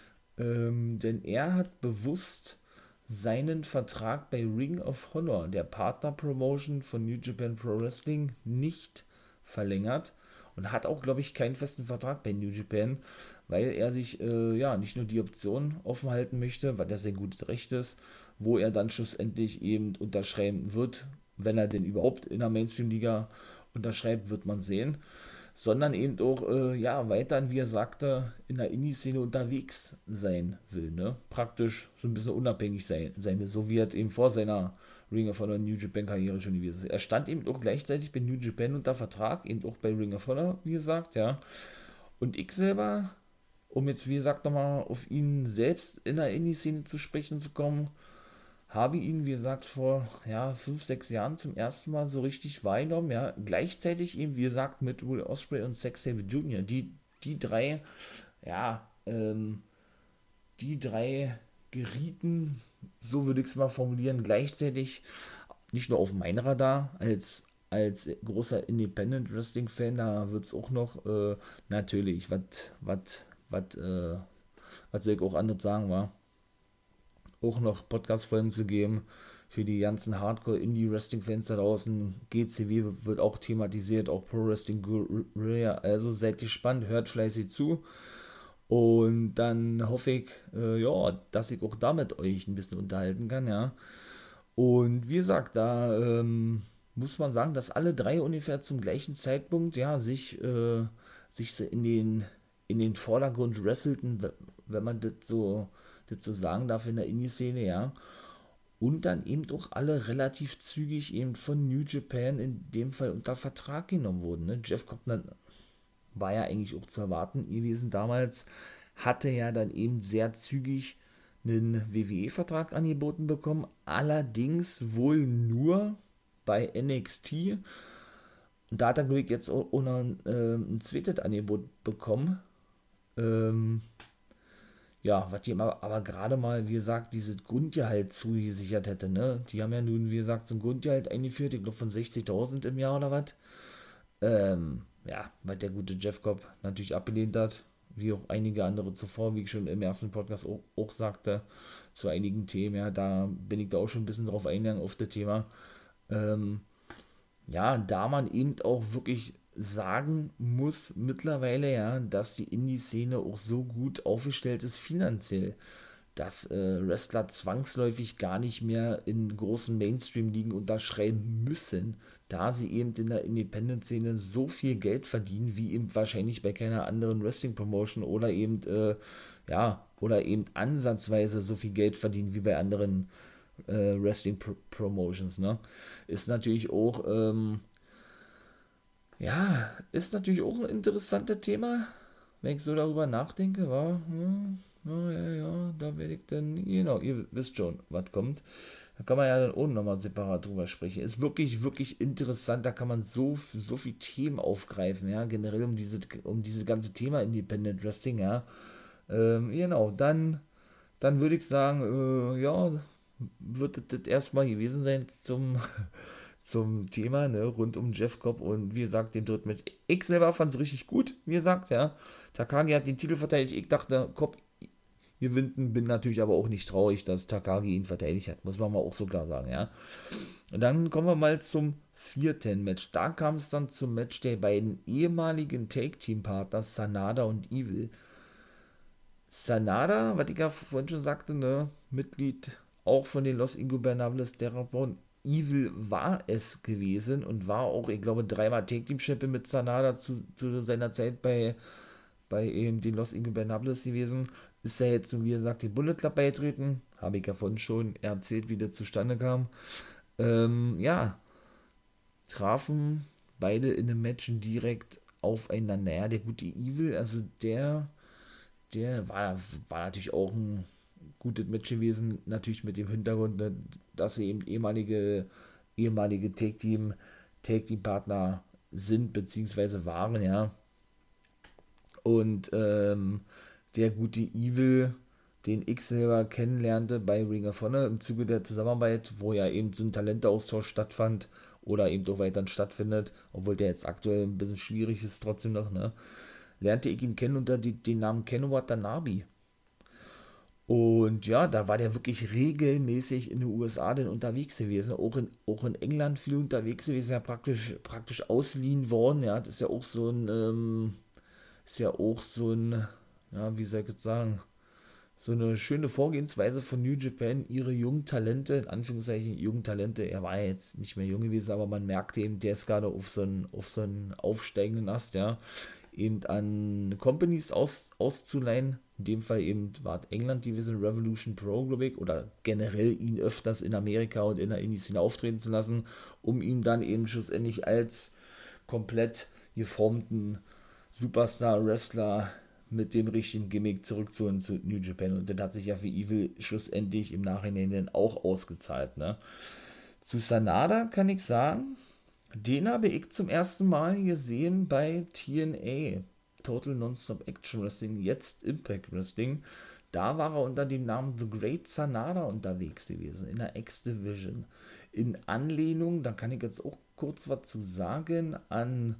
Ähm, denn er hat bewusst seinen Vertrag bei Ring of Honor, der Partner-Promotion von New Japan Pro Wrestling, nicht verlängert und hat auch, glaube ich, keinen festen Vertrag bei New Japan, weil er sich äh, ja nicht nur die Option offen halten möchte, weil das sein gutes Recht ist, wo er dann schlussendlich eben unterschreiben wird, wenn er denn überhaupt in der Mainstream-Liga unterschreibt, wird man sehen, sondern eben auch, äh, ja, weiterhin, wie er sagte, in der Indie-Szene unterwegs sein will, ne? Praktisch so ein bisschen unabhängig sein, sein will, so wie er eben vor seiner Ring of Honor New Japan Karriere schon gewesen ist. Er stand eben auch gleichzeitig bei New Japan unter Vertrag, eben auch bei Ring of Honor, wie gesagt, ja. Und ich selber, um jetzt, wie gesagt, nochmal auf ihn selbst in der Indie-Szene zu sprechen zu kommen, habe ihn, wie gesagt, vor ja, fünf, sechs Jahren zum ersten Mal so richtig wahrgenommen, ja, gleichzeitig eben, wie gesagt, mit Will Ospreay und Zack Sabre Junior Die, die drei, ja, ähm, die drei gerieten so würde ich es mal formulieren, gleichzeitig nicht nur auf mein Radar, als, als großer Independent Wrestling-Fan, da wird es auch noch, äh, natürlich, was, was, was, äh, was soll ich auch anderes sagen, war, auch noch Podcast-Folgen zu geben für die ganzen Hardcore-Indie-Wrestling-Fans da draußen. G C W wird auch thematisiert, auch Pro Wrestling Guerrilla, also seid gespannt, hört fleißig zu. Und dann hoffe ich, äh, ja, dass ich auch damit euch ein bisschen unterhalten kann, ja. Und wie gesagt, da ähm, muss man sagen, dass alle drei ungefähr zum gleichen Zeitpunkt, ja, sich, äh, sich so in den, in den Vordergrund wrestelten, wenn man das so, das so sagen darf in der Indie-Szene, ja. Und dann eben auch alle relativ zügig eben von New Japan in dem Fall unter Vertrag genommen wurden, ne? Jeff Cobb war ja eigentlich auch zu erwarten gewesen damals, hatte ja dann eben sehr zügig einen W W E-Vertrag angeboten bekommen, allerdings wohl nur bei N X T. Und da hat er, glaube ich, jetzt auch noch ein, äh, ein zweites Angebot bekommen. Ähm, ja, was die aber, aber gerade mal, wie gesagt, dieses Grundgehalt zugesichert hätte, ne? Die haben ja nun, wie gesagt, so ein Grundgehalt eingeführt, ich glaube von sechzigtausend im Jahr oder was. Ähm, ja, weil der gute Jeff Cobb natürlich abgelehnt hat, wie auch einige andere zuvor, wie ich schon im ersten Podcast auch, auch sagte, zu einigen Themen, ja, da bin ich da auch schon ein bisschen drauf eingegangen auf das Thema. Ähm, ja, da man eben auch wirklich sagen muss mittlerweile, ja, dass die Indie-Szene auch so gut aufgestellt ist finanziell, dass äh, Wrestler zwangsläufig gar nicht mehr in großen Mainstream-Ligen unterschreiben müssen, da sie eben in der Independent-Szene so viel Geld verdienen, wie eben wahrscheinlich bei keiner anderen Wrestling-Promotion oder eben, äh, ja, oder eben ansatzweise so viel Geld verdienen wie bei anderen äh, Wrestling-Promotions, ne? Ist natürlich auch, ähm, ja, ist natürlich auch ein interessantes Thema, wenn ich so darüber nachdenke, war, hm, ja, ja, ja, da werde ich dann, genau, ihr wisst schon, was kommt. Da kann man ja dann auch nochmal separat drüber sprechen. Ist wirklich, wirklich interessant, da kann man so, so viel Themen aufgreifen, ja, generell um diese, um dieses ganze Thema Independent Wrestling, ja. Ähm, genau, dann, dann würde ich sagen, äh, ja, wird das, das erstmal gewesen sein zum, zum Thema, ne, rund um Jeff Cobb und wie gesagt, den dritten Match. Ich selber fand es richtig gut, wie gesagt, ja. Takagi hat den Titel verteidigt, ich dachte, Cobb gewinnt, bin natürlich aber auch nicht traurig, dass Takagi ihn verteidigt hat, muss man mal auch so klar sagen, ja. Und dann kommen wir mal zum vierten Match. Da kam es dann zum Match der beiden ehemaligen Take-Team-Partner Sanada und Evil. Sanada, was ich ja vorhin schon sagte, ne, Mitglied auch von den Los Ingobernables Terrapon. Evil war es gewesen und war auch, ich glaube, dreimal Take-Team-Champion mit Sanada zu, zu seiner Zeit bei, bei eben den Los Ingobernables gewesen. Ist ja jetzt, wie gesagt, den Bullet Club beitreten. Habe ich ja vorhin schon erzählt, wie das zustande kam. Ähm, ja, trafen beide in einem Match direkt aufeinander. Ja, der gute Evil, also der, der war, war natürlich auch ein gutes Match gewesen, natürlich mit dem Hintergrund, dass sie eben ehemalige, ehemalige Take-Team, Take-Team-Partner sind, beziehungsweise waren, ja. Und ähm, der gute Evil, den ich selber kennenlernte bei Ring of Honor im Zuge der Zusammenarbeit, wo ja eben so ein Talenteaustausch stattfand oder eben auch weiterhin stattfindet, obwohl der jetzt aktuell ein bisschen schwierig ist trotzdem noch, ne, lernte ich ihn kennen unter die, den Namen Ken Watanabe. Und ja, da war der wirklich regelmäßig in den U S A denn unterwegs gewesen, auch in, auch in England viel unterwegs gewesen, ja praktisch, praktisch ausliehen worden, ja, das ist ja auch so ein, ähm, ist ja auch so ein, ja, wie soll ich jetzt sagen, so eine schöne Vorgehensweise von New Japan, ihre jungen Talente, in Anführungszeichen jungen Talente, er war ja jetzt nicht mehr jung gewesen, aber man merkte eben, der ist gerade auf so einen, auf so einen aufsteigenden Ast, ja, eben an Companies aus, auszuleihen. In dem Fall eben war England gewesen, Revolution Pro, glaube ich, oder generell ihn öfters in Amerika und in der Indie-Szene auftreten zu lassen, um ihn dann eben schlussendlich als komplett geformten Superstar-Wrestler mit dem richtigen Gimmick zurückzuholen zu New Japan. Und das hat sich ja für Evil schlussendlich im Nachhinein dann auch ausgezahlt, ne? Zu Sanada kann ich sagen, den habe ich zum ersten Mal gesehen bei T N A, Total Non-Stop Action Wrestling, jetzt Impact Wrestling. da war er unter dem Namen The Great Sanada unterwegs gewesen, in der X-Division. In Anlehnung, da kann ich jetzt auch kurz was zu sagen, an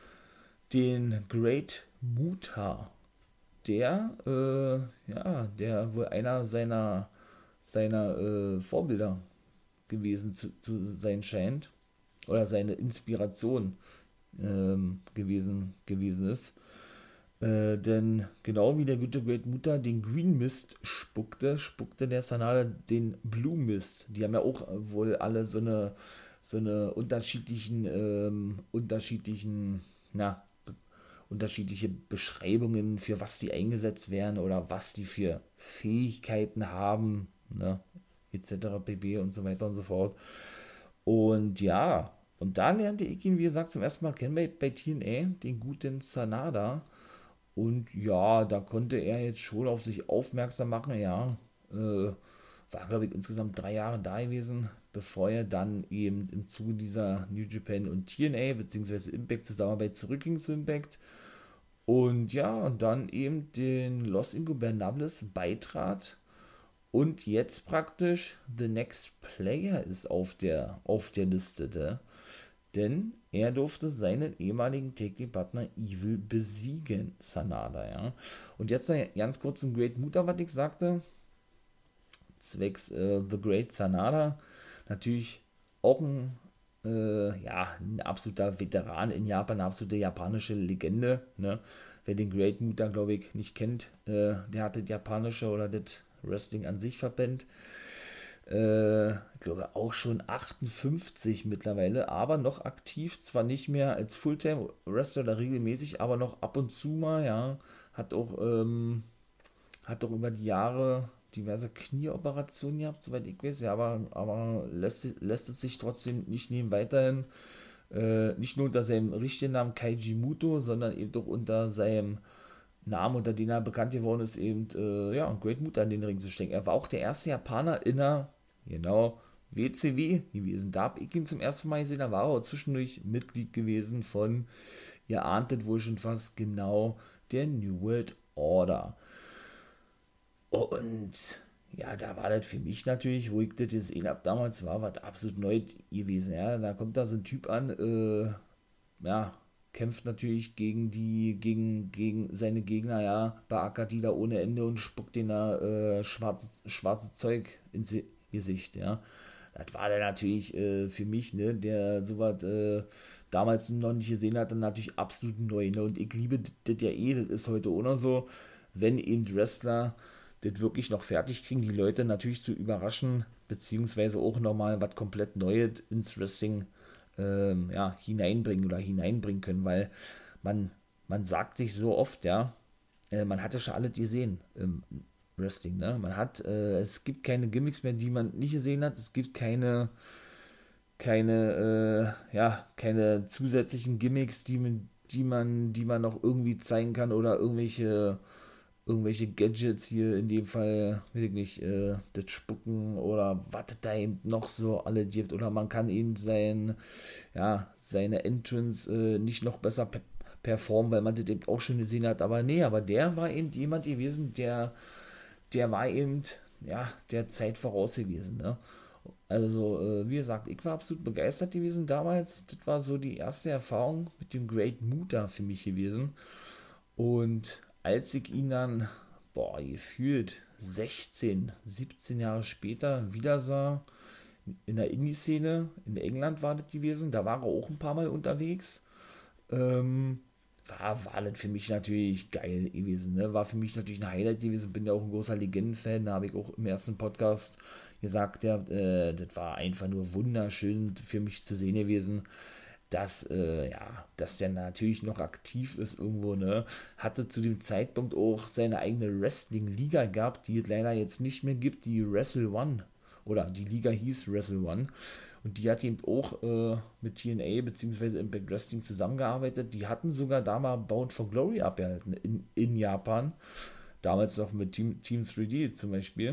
den Great Muta, der, äh, ja, der wohl einer seiner, seiner äh, Vorbilder gewesen zu, zu sein scheint, oder seine Inspiration ähm, gewesen, gewesen ist. Äh, denn genau wie der gute Great Muta den Green Mist spuckte, spuckte der Sanada den Blue Mist. Die haben ja auch wohl alle so eine, so eine unterschiedlichen, ähm, unterschiedlichen, na, be- unterschiedliche Beschreibungen, für was die eingesetzt werden oder was die für Fähigkeiten haben, ne, et cetera pp. Und so weiter und so fort. Und ja, und da lernte ich ihn, wie gesagt, zum ersten Mal kennen bei, bei T N A, den guten Sanada. Und ja, da konnte er jetzt schon auf sich aufmerksam machen, ja. Äh, war, glaube ich, insgesamt drei Jahre da gewesen, bevor er dann eben im Zuge dieser New Japan und T N A bzw. Impact Zusammenarbeit zurückging zu Impact. Und ja, und dann eben den Los Ingobernables beitrat. Und jetzt praktisch The Next Player ist auf der, auf der Liste. Da. Denn er durfte seinen ehemaligen Tag-Team-Partner Evil besiegen, Sanada, ja. Und jetzt noch ganz kurz zum Great Muta, was ich sagte. Zwecks äh, The Great Sanada. Natürlich auch ein, äh, ja, ein absoluter Veteran in Japan, eine absolute japanische Legende, ne. Wer den Great Muta, glaube ich, nicht kennt, äh, der hat das japanische oder das Wrestling an sich verpennt. Äh, ich glaube auch schon achtundfünfzig mittlerweile, aber noch aktiv, zwar nicht mehr als Fulltime-Wrestler oder regelmäßig, aber noch ab und zu mal, ja, hat auch, ähm, hat auch über die Jahre diverse Knieoperationen gehabt, soweit ich weiß, ja, aber, aber lässt, lässt es sich trotzdem nicht nehmen, weiterhin, äh, nicht nur unter seinem richtigen Namen Keiji Muto, sondern eben auch unter seinem Namen, unter dem er bekannt geworden ist, eben, äh, ja, Great Muta in den Ring zu stecken. Er war auch der erste Japaner in der, genau, W C W gewesen. Da habe ich ihn zum ersten Mal gesehen, da war er auch zwischendurch Mitglied gewesen von, ihr ahntet wohl schon fast genau, der New World Order. Und ja, da war das für mich natürlich, wo ich das gesehen habe damals, war was absolut neu gewesen. Ja, da kommt da so ein Typ an, äh, ja, kämpft natürlich gegen die, gegen, gegen seine Gegner, ja, beackert die da ohne Ende und spuckt denen da äh, schwarzes, schwarzes Zeug ins Gesicht, ja. Das war dann natürlich äh, für mich, ne, der sowas äh, damals noch nicht gesehen hat, dann natürlich absolut neu, ne, und ich liebe das ja eh, das ist heute auch noch so, wenn eben Wrestler das wirklich noch fertig kriegen, die Leute natürlich zu überraschen, beziehungsweise auch nochmal was komplett Neues ins Wrestling ähm, ja, hineinbringen oder hineinbringen können, weil man, man sagt sich so oft, ja, äh, man hatte schon alles gesehen im Wrestling, ne? Man hat, äh, es gibt keine Gimmicks mehr, die man nicht gesehen hat, es gibt keine, keine, äh, ja, keine zusätzlichen Gimmicks, die man, die man, die man noch irgendwie zeigen kann oder irgendwelche irgendwelche Gadgets hier, in dem Fall, weiß ich nicht, äh, das Spucken oder was da eben noch so alle gibt, oder man kann eben sein, ja, seine Entrance äh, nicht noch besser pe- performen, weil man das eben auch schon gesehen hat, aber nee, aber der war eben jemand gewesen, der, der war eben, ja, der Zeit voraus gewesen, ne? Also, äh, wie gesagt, ich war absolut begeistert gewesen damals, das war so die erste Erfahrung mit dem Great Muta für mich gewesen, und als ich ihn dann, boah, gefühlt sechzehn, siebzehn Jahre später wieder sah, in der Indie-Szene, in England war das gewesen, da war er auch ein paar Mal unterwegs, ähm, war, war das für mich natürlich geil gewesen, ne? War für mich natürlich ein Highlight gewesen, bin ja auch ein großer Legenden-Fan, da habe ich auch im ersten Podcast gesagt, ja, äh, das war einfach nur wunderschön für mich zu sehen gewesen, dass, äh, ja, dass der natürlich noch aktiv ist irgendwo, ne, hatte zu dem Zeitpunkt auch seine eigene Wrestling-Liga gehabt, die es leider jetzt nicht mehr gibt, die Wrestle One, oder die Liga hieß Wrestle One, und die hat eben auch äh, mit T N A bzw. Impact Wrestling zusammengearbeitet, die hatten sogar da mal Bound for Glory abgehalten in, in Japan, damals noch mit Team, Team drei D zum Beispiel,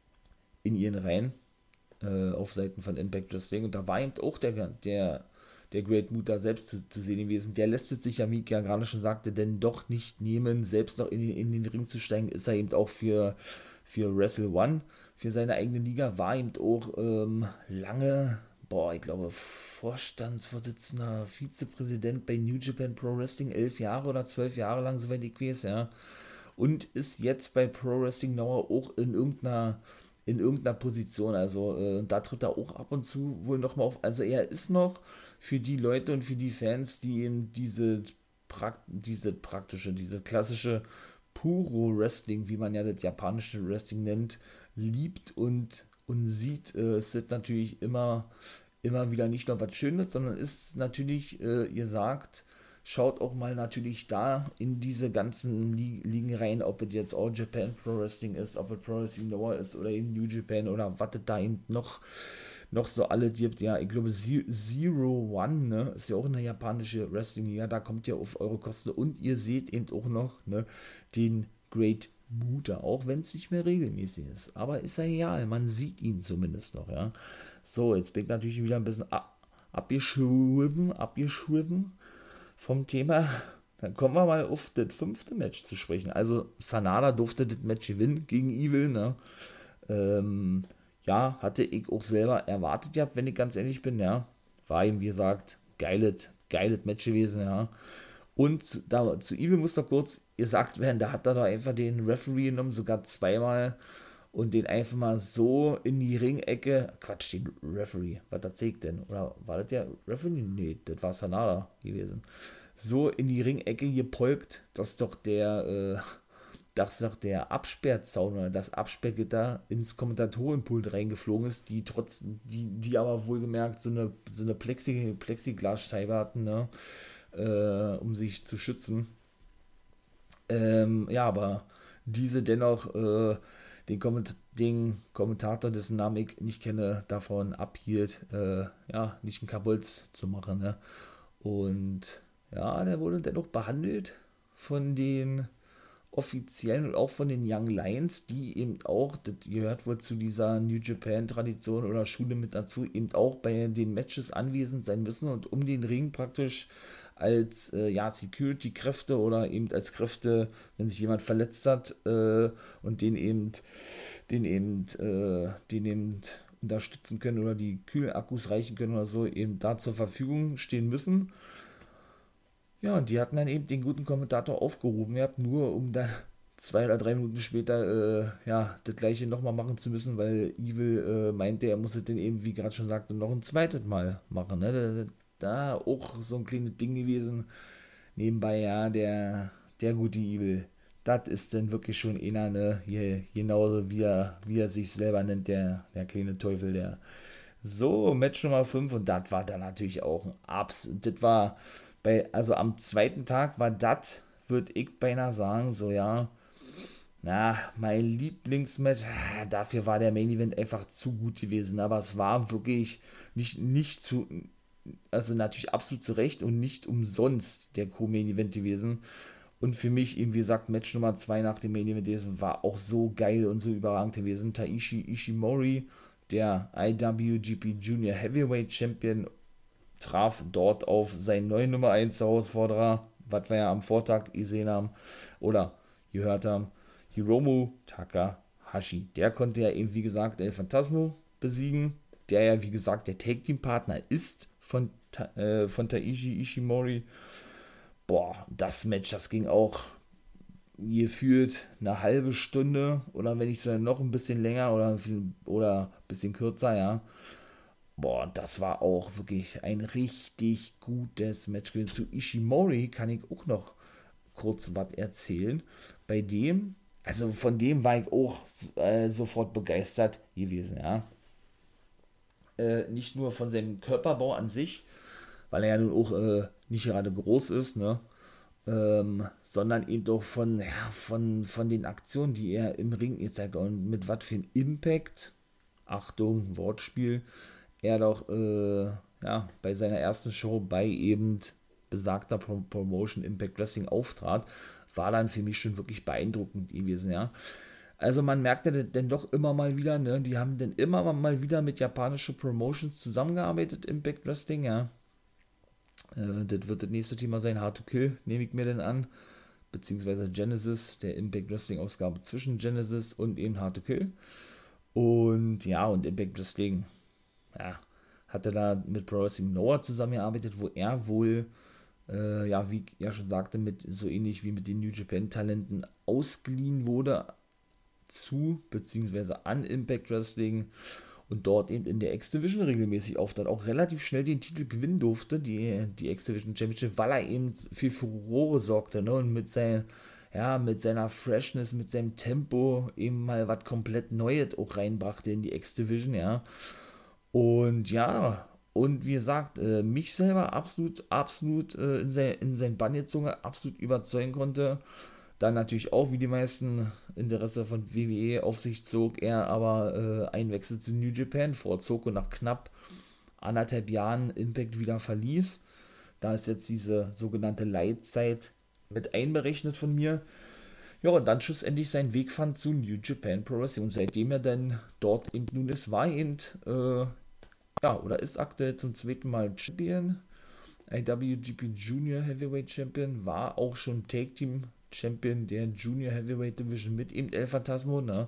in ihren Reihen, auf Seiten von Impact Wrestling, und da war eben auch der, der, der Great Muta selbst zu, zu sehen gewesen. Der lässt es sich, ja, wie ich ja gerade schon sagte, denn doch nicht nehmen, selbst noch in, in den Ring zu steigen, ist er eben auch für, für Wrestle One, für seine eigene Liga, war eben auch ähm, lange, boah, ich glaube, Vorstandsvorsitzender, Vizepräsident bei New Japan Pro Wrestling, elf Jahre oder zwölf Jahre lang, soweit ich weiß, ja. Und ist jetzt bei Pro Wrestling Now auch in irgendeiner in irgendeiner Position, also äh, da tritt er auch ab und zu wohl nochmal auf, also er ist noch für die Leute und für die Fans, die eben diese, Prakt- diese praktische, diese klassische Puro-Wrestling, wie man ja das japanische Wrestling nennt, liebt und, und sieht, äh, ist das natürlich immer, immer wieder nicht nur was Schönes, sondern ist natürlich, äh, ihr sagt, schaut auch mal natürlich da in diese ganzen Li- Ligen rein, ob es jetzt All Japan Pro Wrestling ist, ob es Pro Wrestling Noah ist oder eben New Japan oder was es da eben noch, noch so alle gibt. Ja, ich glaube Ze- Zero One, ne, ist ja auch eine japanische Wrestling-Liga, da kommt ihr auf eure Kosten und ihr seht eben auch noch, ne, den Great Muta, auch wenn es nicht mehr regelmäßig ist. Aber ist ja egal, man sieht ihn zumindest noch, ja. So, jetzt bin ich natürlich wieder ein bisschen ab- abgeschwiffen, abgeschwiffen vom Thema. Dann kommen wir mal auf das fünfte Match zu sprechen. Also Sanada durfte das Match gewinnen gegen Evil, ne? Ähm, ja, hatte ich auch selber erwartet gehabt, wenn ich ganz ehrlich bin, ja. War ihm, wie gesagt, geiles, geiles Match gewesen, ja. Und da, zu Evil muss noch kurz gesagt werden, da hat er doch einfach den Referee genommen, sogar zweimal, und den einfach mal so in die Ringecke, Quatsch, den Referee, was erzählt denn? Oder war das der Referee? Nee, das war Sanada gewesen. So in die Ringecke gepolkt, dass doch der, äh, dass doch der Absperrzaun oder das Absperrgitter ins Kommentatorenpult reingeflogen ist, die trotz, die, die aber wohlgemerkt so eine, so eine Plexi, Plexiglasscheibe hatten, ne, äh, um sich zu schützen. Ähm, ja, aber diese dennoch, äh, den, Komment- den Kommentator, dessen Namen ich nicht kenne, davon abhielt, äh, ja, nicht einen Kabolz zu machen, ne? Und ja, der wurde dennoch behandelt von den Offiziellen und auch von den Young Lions, die eben auch, das gehört wohl zu dieser New Japan Tradition oder Schule mit dazu, eben auch bei den Matches anwesend sein müssen und um den Ring praktisch als äh, ja, Security-Kräfte oder eben als Kräfte, wenn sich jemand verletzt hat äh, und den eben, den eben, äh, den eben unterstützen können oder die Kühlakkus reichen können oder so, eben da zur Verfügung stehen müssen. Ja, und die hatten dann eben den guten Kommentator aufgerufen, ihr habt nur um dann zwei oder drei Minuten später äh, ja, das gleiche nochmal machen zu müssen, weil Evil äh, meinte, er muss es dann eben, wie gerade schon sagte, noch ein zweites Mal machen. Ne? Da, da auch so ein kleines Ding gewesen. Nebenbei, ja, der, der gute Evil, das ist dann wirklich schon einer, ne? Hier, genauso wie er, wie er sich selber nennt, der, der kleine Teufel, der. So, Match Nummer fünf und das war dann natürlich auch ein Abs. Das war bei, also am zweiten Tag war das, würde ich beinahe sagen, so ja, na, mein Lieblingsmatch, dafür war der Main Event einfach zu gut gewesen, aber es war wirklich nicht, nicht zu, also natürlich absolut zu Recht und nicht umsonst der Co-Main Event gewesen. Und für mich eben, wie gesagt, Match Nummer zwei nach dem Main Event gewesen, war auch so geil und so überragend gewesen. Taishi Ishimori, der I W G P Junior Heavyweight Champion, traf dort auf seinen neuen Nummer eins Herausforderer, was wir ja am Vortag gesehen haben oder gehört haben, Hiromu Takahashi. Der konnte ja eben, wie gesagt, El Phantasmo besiegen, der ja, wie gesagt, der Tag-Team-Partner ist von, äh, von Taishi Ishimori. Boah, das Match, das ging auch gefühlt eine halbe Stunde oder wenn nicht so noch ein bisschen länger oder, oder ein bisschen kürzer, ja. Boah, das war auch wirklich ein richtig gutes Match gewesen. Zu Ishimori kann ich auch noch kurz was erzählen. Bei dem, also von dem war ich auch äh, sofort begeistert gewesen, ja. Äh, nicht nur von seinem Körperbau an sich, weil er ja nun auch äh, nicht gerade groß ist, ne? Ähm, sondern eben doch von, ja, von, von den Aktionen, die er im Ring gezeigt hat und mit was für ein Impact, Achtung, Wortspiel, er doch äh, ja, bei seiner ersten Show bei eben besagter Pro- Promotion Impact Wrestling auftrat, war dann für mich schon wirklich beeindruckend gewesen, ja. Also man merkte denn doch immer mal wieder, ne, die haben dann immer mal wieder mit japanischen Promotions zusammengearbeitet, Impact Wrestling, ja. Äh, das wird das nächste Thema sein, Hard to Kill, nehme ich mir denn an. Beziehungsweise Genesis, der Impact Wrestling Ausgabe zwischen Genesis und eben Hard to Kill. Und ja, und Impact Wrestling, ja, hat er da mit Pro Wrestling Noah zusammengearbeitet, wo er wohl, äh, ja, wie ich ja schon sagte, mit so ähnlich wie mit den New Japan Talenten ausgeliehen wurde zu, beziehungsweise an Impact Wrestling und dort eben in der X-Division regelmäßig auftrat, auch relativ schnell den Titel gewinnen durfte, die, die X-Division Championship, weil er eben für Furore sorgte, ne, und mit seinen, ja, mit seiner Freshness, mit seinem Tempo eben mal was komplett Neues auch reinbrachte in die X-Division, ja. Und ja, und wie gesagt, äh, mich selber absolut, absolut äh, in, sein, in sein Bann gezogen, absolut überzeugen konnte. Dann natürlich auch, wie die meisten Interesse von W W E auf sich zog, er aber äh, einen Wechsel zu New Japan vorzog und nach knapp anderthalb Jahren Impact wieder verließ. Da ist jetzt diese sogenannte Leitzeit mit einberechnet von mir. Ja, und dann schlussendlich seinen Weg fand zu New Japan Pro Wrestling. Und seitdem er dann dort eben nun ist, war eben, äh, ja, oder ist aktuell zum zweiten Mal Champion. I W G P Junior Heavyweight Champion, war auch schon Take Team Champion der Junior Heavyweight Division mit eben El Phantasmo, ne?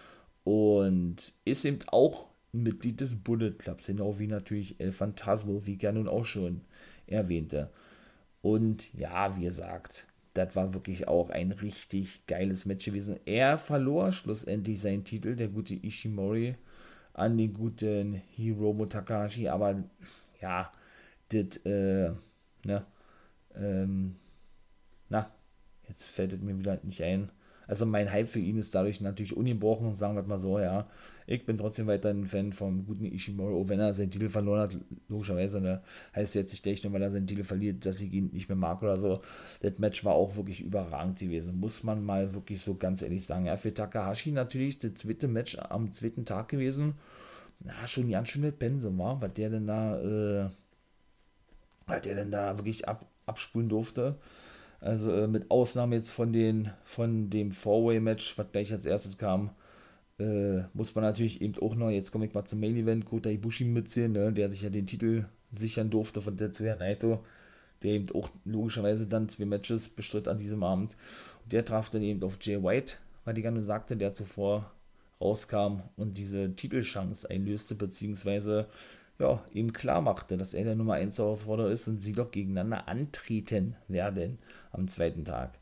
Und ist eben auch ein Mitglied des Bullet Clubs, genau wie natürlich El Phantasmo, wie ich ja nun auch schon erwähnte. Und ja, wie gesagt, das war wirklich auch ein richtig geiles Match gewesen. Er verlor schlussendlich seinen Titel, der gute Ishimori, an den guten Hiromu Takahashi, aber ja, das, äh, ne, ähm, na, jetzt fällt es mir wieder nicht ein. Also mein Hype für ihn ist dadurch natürlich ungebrochen, sagen wir mal so, ja. Ich bin trotzdem weiterhin ein Fan vom guten Ishimori, auch wenn er seinen Titel verloren hat, logischerweise, ne, heißt jetzt nicht gleich nur, weil er seinen Titel verliert, dass ich ihn nicht mehr mag oder so. Das Match war auch wirklich überragend gewesen, muss man mal wirklich so ganz ehrlich sagen. Ja, für Takahashi natürlich das zweite Match am zweiten Tag gewesen. Na, schon ganz schön mit Pensum, war, was der denn da, äh, was der denn da wirklich ab, abspulen durfte. Also äh, mit Ausnahme jetzt von den von dem Four-Way-Match, was gleich als erstes kam, äh, muss man natürlich eben auch noch, jetzt komme ich mal zum Main-Event, Kota Ibushi mitzählen, ne, der sich ja den Titel sichern durfte von Tetsuya Naito, der eben auch logischerweise dann zwei Matches bestritt an diesem Abend. Und der traf dann eben auf Jay White, weil ich gerne sagte, der zuvor rauskam und diese Titelchance einlöste, beziehungsweise ja, eben klar machte, dass er der Nummer eins Herausforderer ist und sie doch gegeneinander antreten werden am zweiten Tag.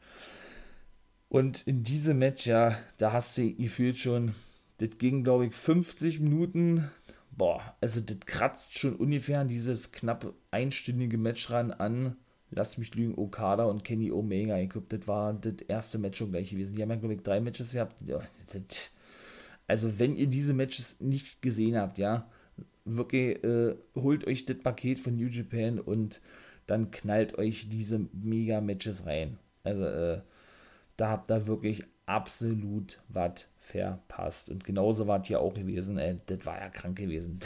Und in diesem Match, ja, da hast du gefühlt schon, das ging, glaube ich, fünfzig Minuten, boah, also das kratzt schon ungefähr an dieses knapp einstündige Match ran an, lass mich lügen, Okada und Kenny Omega. Ich glaube, das war das erste Match schon gleich gewesen. Die haben ja, glaube ich, drei Matches gehabt. Ja, das, also wenn ihr diese Matches nicht gesehen habt, ja, wirklich, äh, holt euch das Paket von New Japan und dann knallt euch diese Mega-Matches rein. Also, äh, da habt ihr wirklich absolut was verpasst. Und genauso war es hier auch gewesen. Äh, das war ja krank gewesen.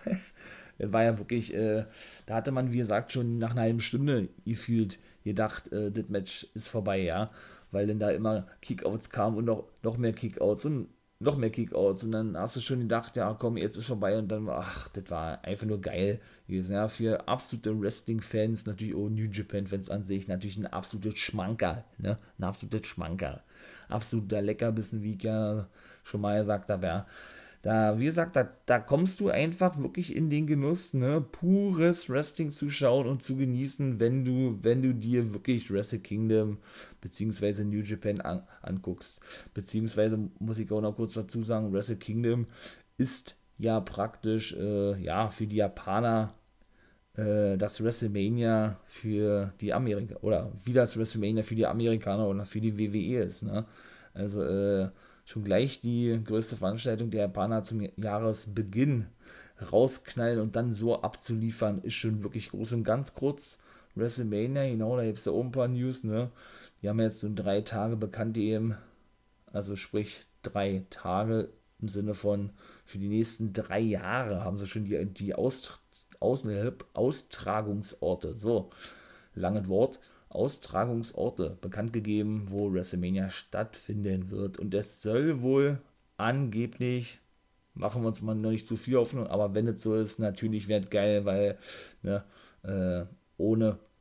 Das war ja wirklich, äh, da hatte man, wie gesagt, schon nach einer halben Stunde gefühlt gedacht, äh, das Match ist vorbei, ja. Weil dann da immer Kickouts kamen und noch, noch mehr Kickouts und noch mehr Kickouts und dann hast du schon gedacht, ja komm, jetzt ist vorbei und dann, ach, das war einfach nur geil gewesen, ja, für absolute Wrestling-Fans, natürlich auch New Japan-Fans an sich, natürlich ein absolutes Schmankerl, ne, ein absolutes Schmankerl, absoluter Leckerbissen, wie ich ja schon mal gesagt habe, ja, da, wie gesagt, da, da kommst du einfach wirklich in den Genuss, ne, pures Wrestling zu schauen und zu genießen, wenn du, wenn du dir wirklich Wrestle Kingdom beziehungsweise New Japan an, anguckst. Beziehungsweise muss ich auch noch kurz dazu sagen, Wrestle Kingdom ist ja praktisch, äh, ja, für die Japaner äh, das WrestleMania für die Amerikaner, oder wie das WrestleMania für die Amerikaner oder für die W W E ist, ne. Also, äh, schon gleich die größte Veranstaltung der Japaner zum Jahresbeginn rausknallen und dann so abzuliefern, ist schon wirklich groß. Und ganz kurz, WrestleMania, genau, da gibt es ja auch ein paar News, ne? Die haben jetzt so drei Tage bekannt eben, also sprich drei Tage im Sinne von für die nächsten drei Jahre haben sie schon die, die Aus, Aus, Austragungsorte, so, langes Wort, Austragungsorte bekannt gegeben, wo WrestleMania stattfinden wird. Und es soll wohl angeblich, machen wir uns mal noch nicht zu viel Hoffnung, aber wenn es so ist, natürlich wäre es geil, weil ne, äh, ohne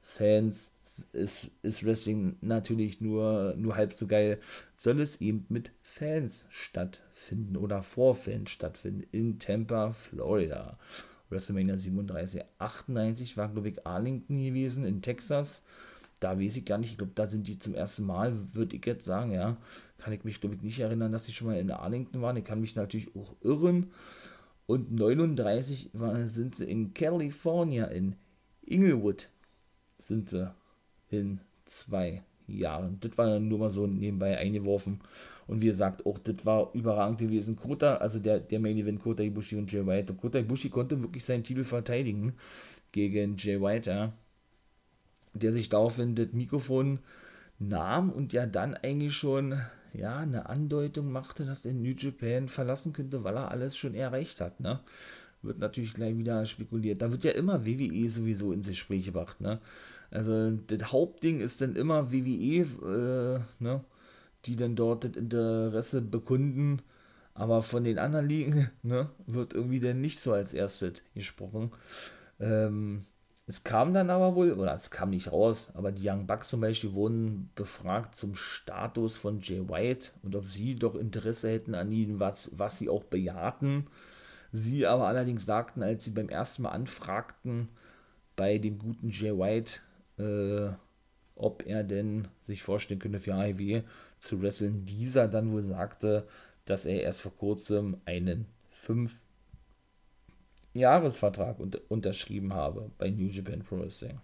Fans ist, ist Wrestling natürlich nur, nur halb so geil, soll es eben mit Fans stattfinden oder vor Fans stattfinden in Tampa, Florida. WrestleMania siebenunddreißig, achtundneunzig war, glaube ich, Arlington gewesen in Texas. Da weiß ich gar nicht, ich glaube, da sind die zum ersten Mal, würde ich jetzt sagen, ja. Kann ich mich, glaube ich, nicht erinnern, dass die schon mal in Arlington waren. Ich kann mich natürlich auch irren. Und neununddreißig war, sind sie in California, in Inglewood, sind sie in zwei Jahren. Das war dann nur mal so nebenbei eingeworfen. Und wie gesagt, auch das war überragend gewesen. Kota, also der, der Main Event, Kota Ibushi und Jay White. Und Kota Ibushi konnte wirklich seinen Titel verteidigen gegen Jay White, ja, der sich daraufhin das Mikrofon nahm und ja dann eigentlich schon ja eine Andeutung machte, dass er New Japan verlassen könnte, weil er alles schon erreicht hat, ne? Wird natürlich gleich wieder spekuliert. Da wird ja immer W W E sowieso ins Gespräch gebracht, ne? Also das Hauptding ist dann immer W W E, äh, ne? Die dann dort das Interesse bekunden, aber von den anderen Ligen, ne, wird irgendwie dann nicht so als erstes gesprochen. Ähm, es kam dann aber wohl, oder es kam nicht raus, aber die Young Bucks zum Beispiel wurden befragt zum Status von Jay White und ob sie doch Interesse hätten an ihnen, was, was sie auch bejahten. Sie aber allerdings sagten, als sie beim ersten Mal anfragten bei dem guten Jay White, äh, ob er denn sich vorstellen könnte, für A E W zu wresteln, dieser dann wohl sagte, dass er erst vor kurzem einen fünf Jahresvertrag unter, unterschrieben habe bei New Japan Pro Wrestling.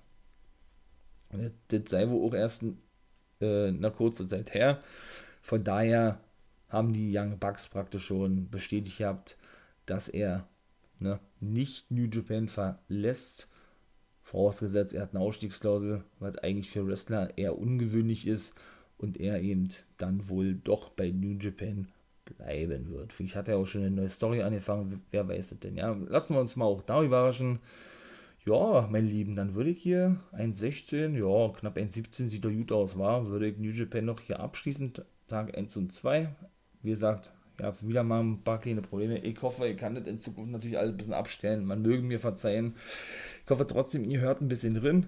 Und das sei wohl auch erst äh, nach kurzer Zeit her. Von daher haben die Young Bucks praktisch schon bestätigt gehabt, dass er ne, nicht New Japan verlässt. Vorausgesetzt, er hat eine Ausstiegsklausel, was eigentlich für Wrestler eher ungewöhnlich ist und er eben dann wohl doch bei New Japan bleiben wird. Vielleicht hat er auch schon eine neue Story angefangen, wer weiß es denn, ja. Lassen wir uns mal auch da überraschen. Ja, meine Lieben, dann würde ich hier eins sechzehn, ja, knapp eins siebzehn sieht doch gut aus, war, würde ich New Japan noch hier abschließen, Tag eins und zwei. Wie gesagt, ich habe wieder mal ein paar kleine Probleme. Ich hoffe, ich kann das in Zukunft natürlich alles ein bisschen abstellen. Man möge mir verzeihen. Ich hoffe trotzdem, ihr hört ein bisschen drin.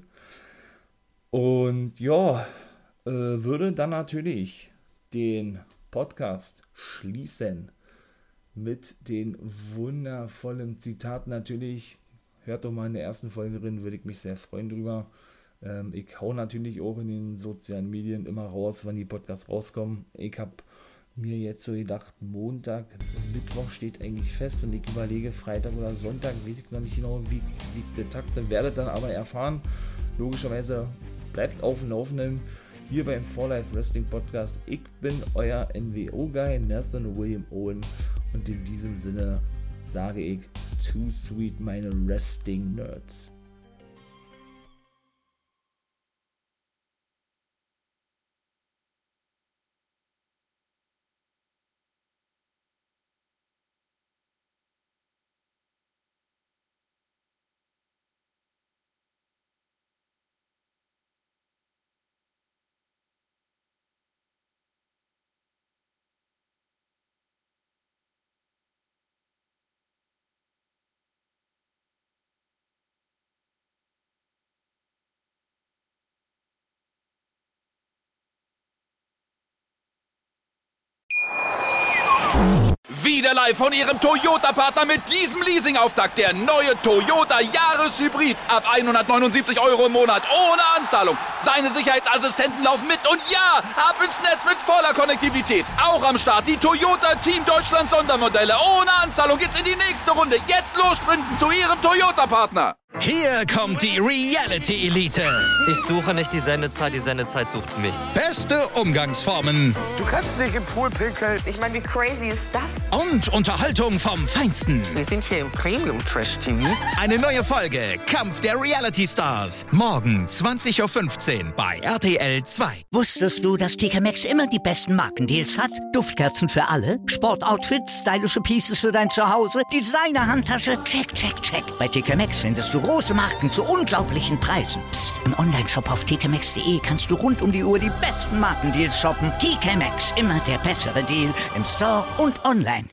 Und ja, äh, würde dann natürlich den Podcast schließen mit den wundervollen Zitaten natürlich. Hört doch mal in der ersten Folge drin, würde ich mich sehr freuen drüber. Ähm, ich hau natürlich auch in den sozialen Medien immer raus, wann die Podcasts rauskommen. Ich habe mir jetzt so gedacht, Montag, Mittwoch steht eigentlich fest und ich überlege, Freitag oder Sonntag, weiß ich noch nicht genau, wie, wie der Takt, werdet dann aber erfahren. Logischerweise bleibt auf dem Laufenden hier beim For Life Wrestling Podcast. Ich bin euer N W O-Guy, Nathan William Owen, und in diesem Sinne sage ich, too sweet, meine Wrestling-Nerds. Wieder live von Ihrem Toyota-Partner mit diesem Leasing-Auftakt. Der neue Toyota Jahreshybrid. Ab hundertneunundsiebzig Euro im Monat. Ohne Anzahlung. Seine Sicherheitsassistenten laufen mit. Und ja, ab ins Netz mit voller Konnektivität. Auch am Start die Toyota Team Deutschland Sondermodelle. Ohne Anzahlung geht's in die nächste Runde. Jetzt los sprinten zu Ihrem Toyota-Partner. Hier kommt die Reality Elite. Ich suche nicht die Sendezeit, die Sendezeit sucht mich. Beste Umgangsformen. Du kannst nicht im Pool pinkeln. Ich meine, wie crazy ist das? Und Unterhaltung vom Feinsten. Wir sind hier im Premium-Trash-T V. Eine neue Folge Kampf der Reality Stars. Morgen zwanzig Uhr fünfzehn bei R T L zwei. Wusstest du, dass T K Maxx immer die besten Markendeals hat? Duftkerzen für alle, Sportoutfits, stylische Pieces für dein Zuhause, Designer-Handtasche, check, check, check. Bei T K Maxx findest du große Marken zu unglaublichen Preisen. Psst. Im Onlineshop auf t k maxx punkt d e kannst du rund um die Uhr die besten Markendeals shoppen. T K Maxx, immer der bessere Deal im Store und online.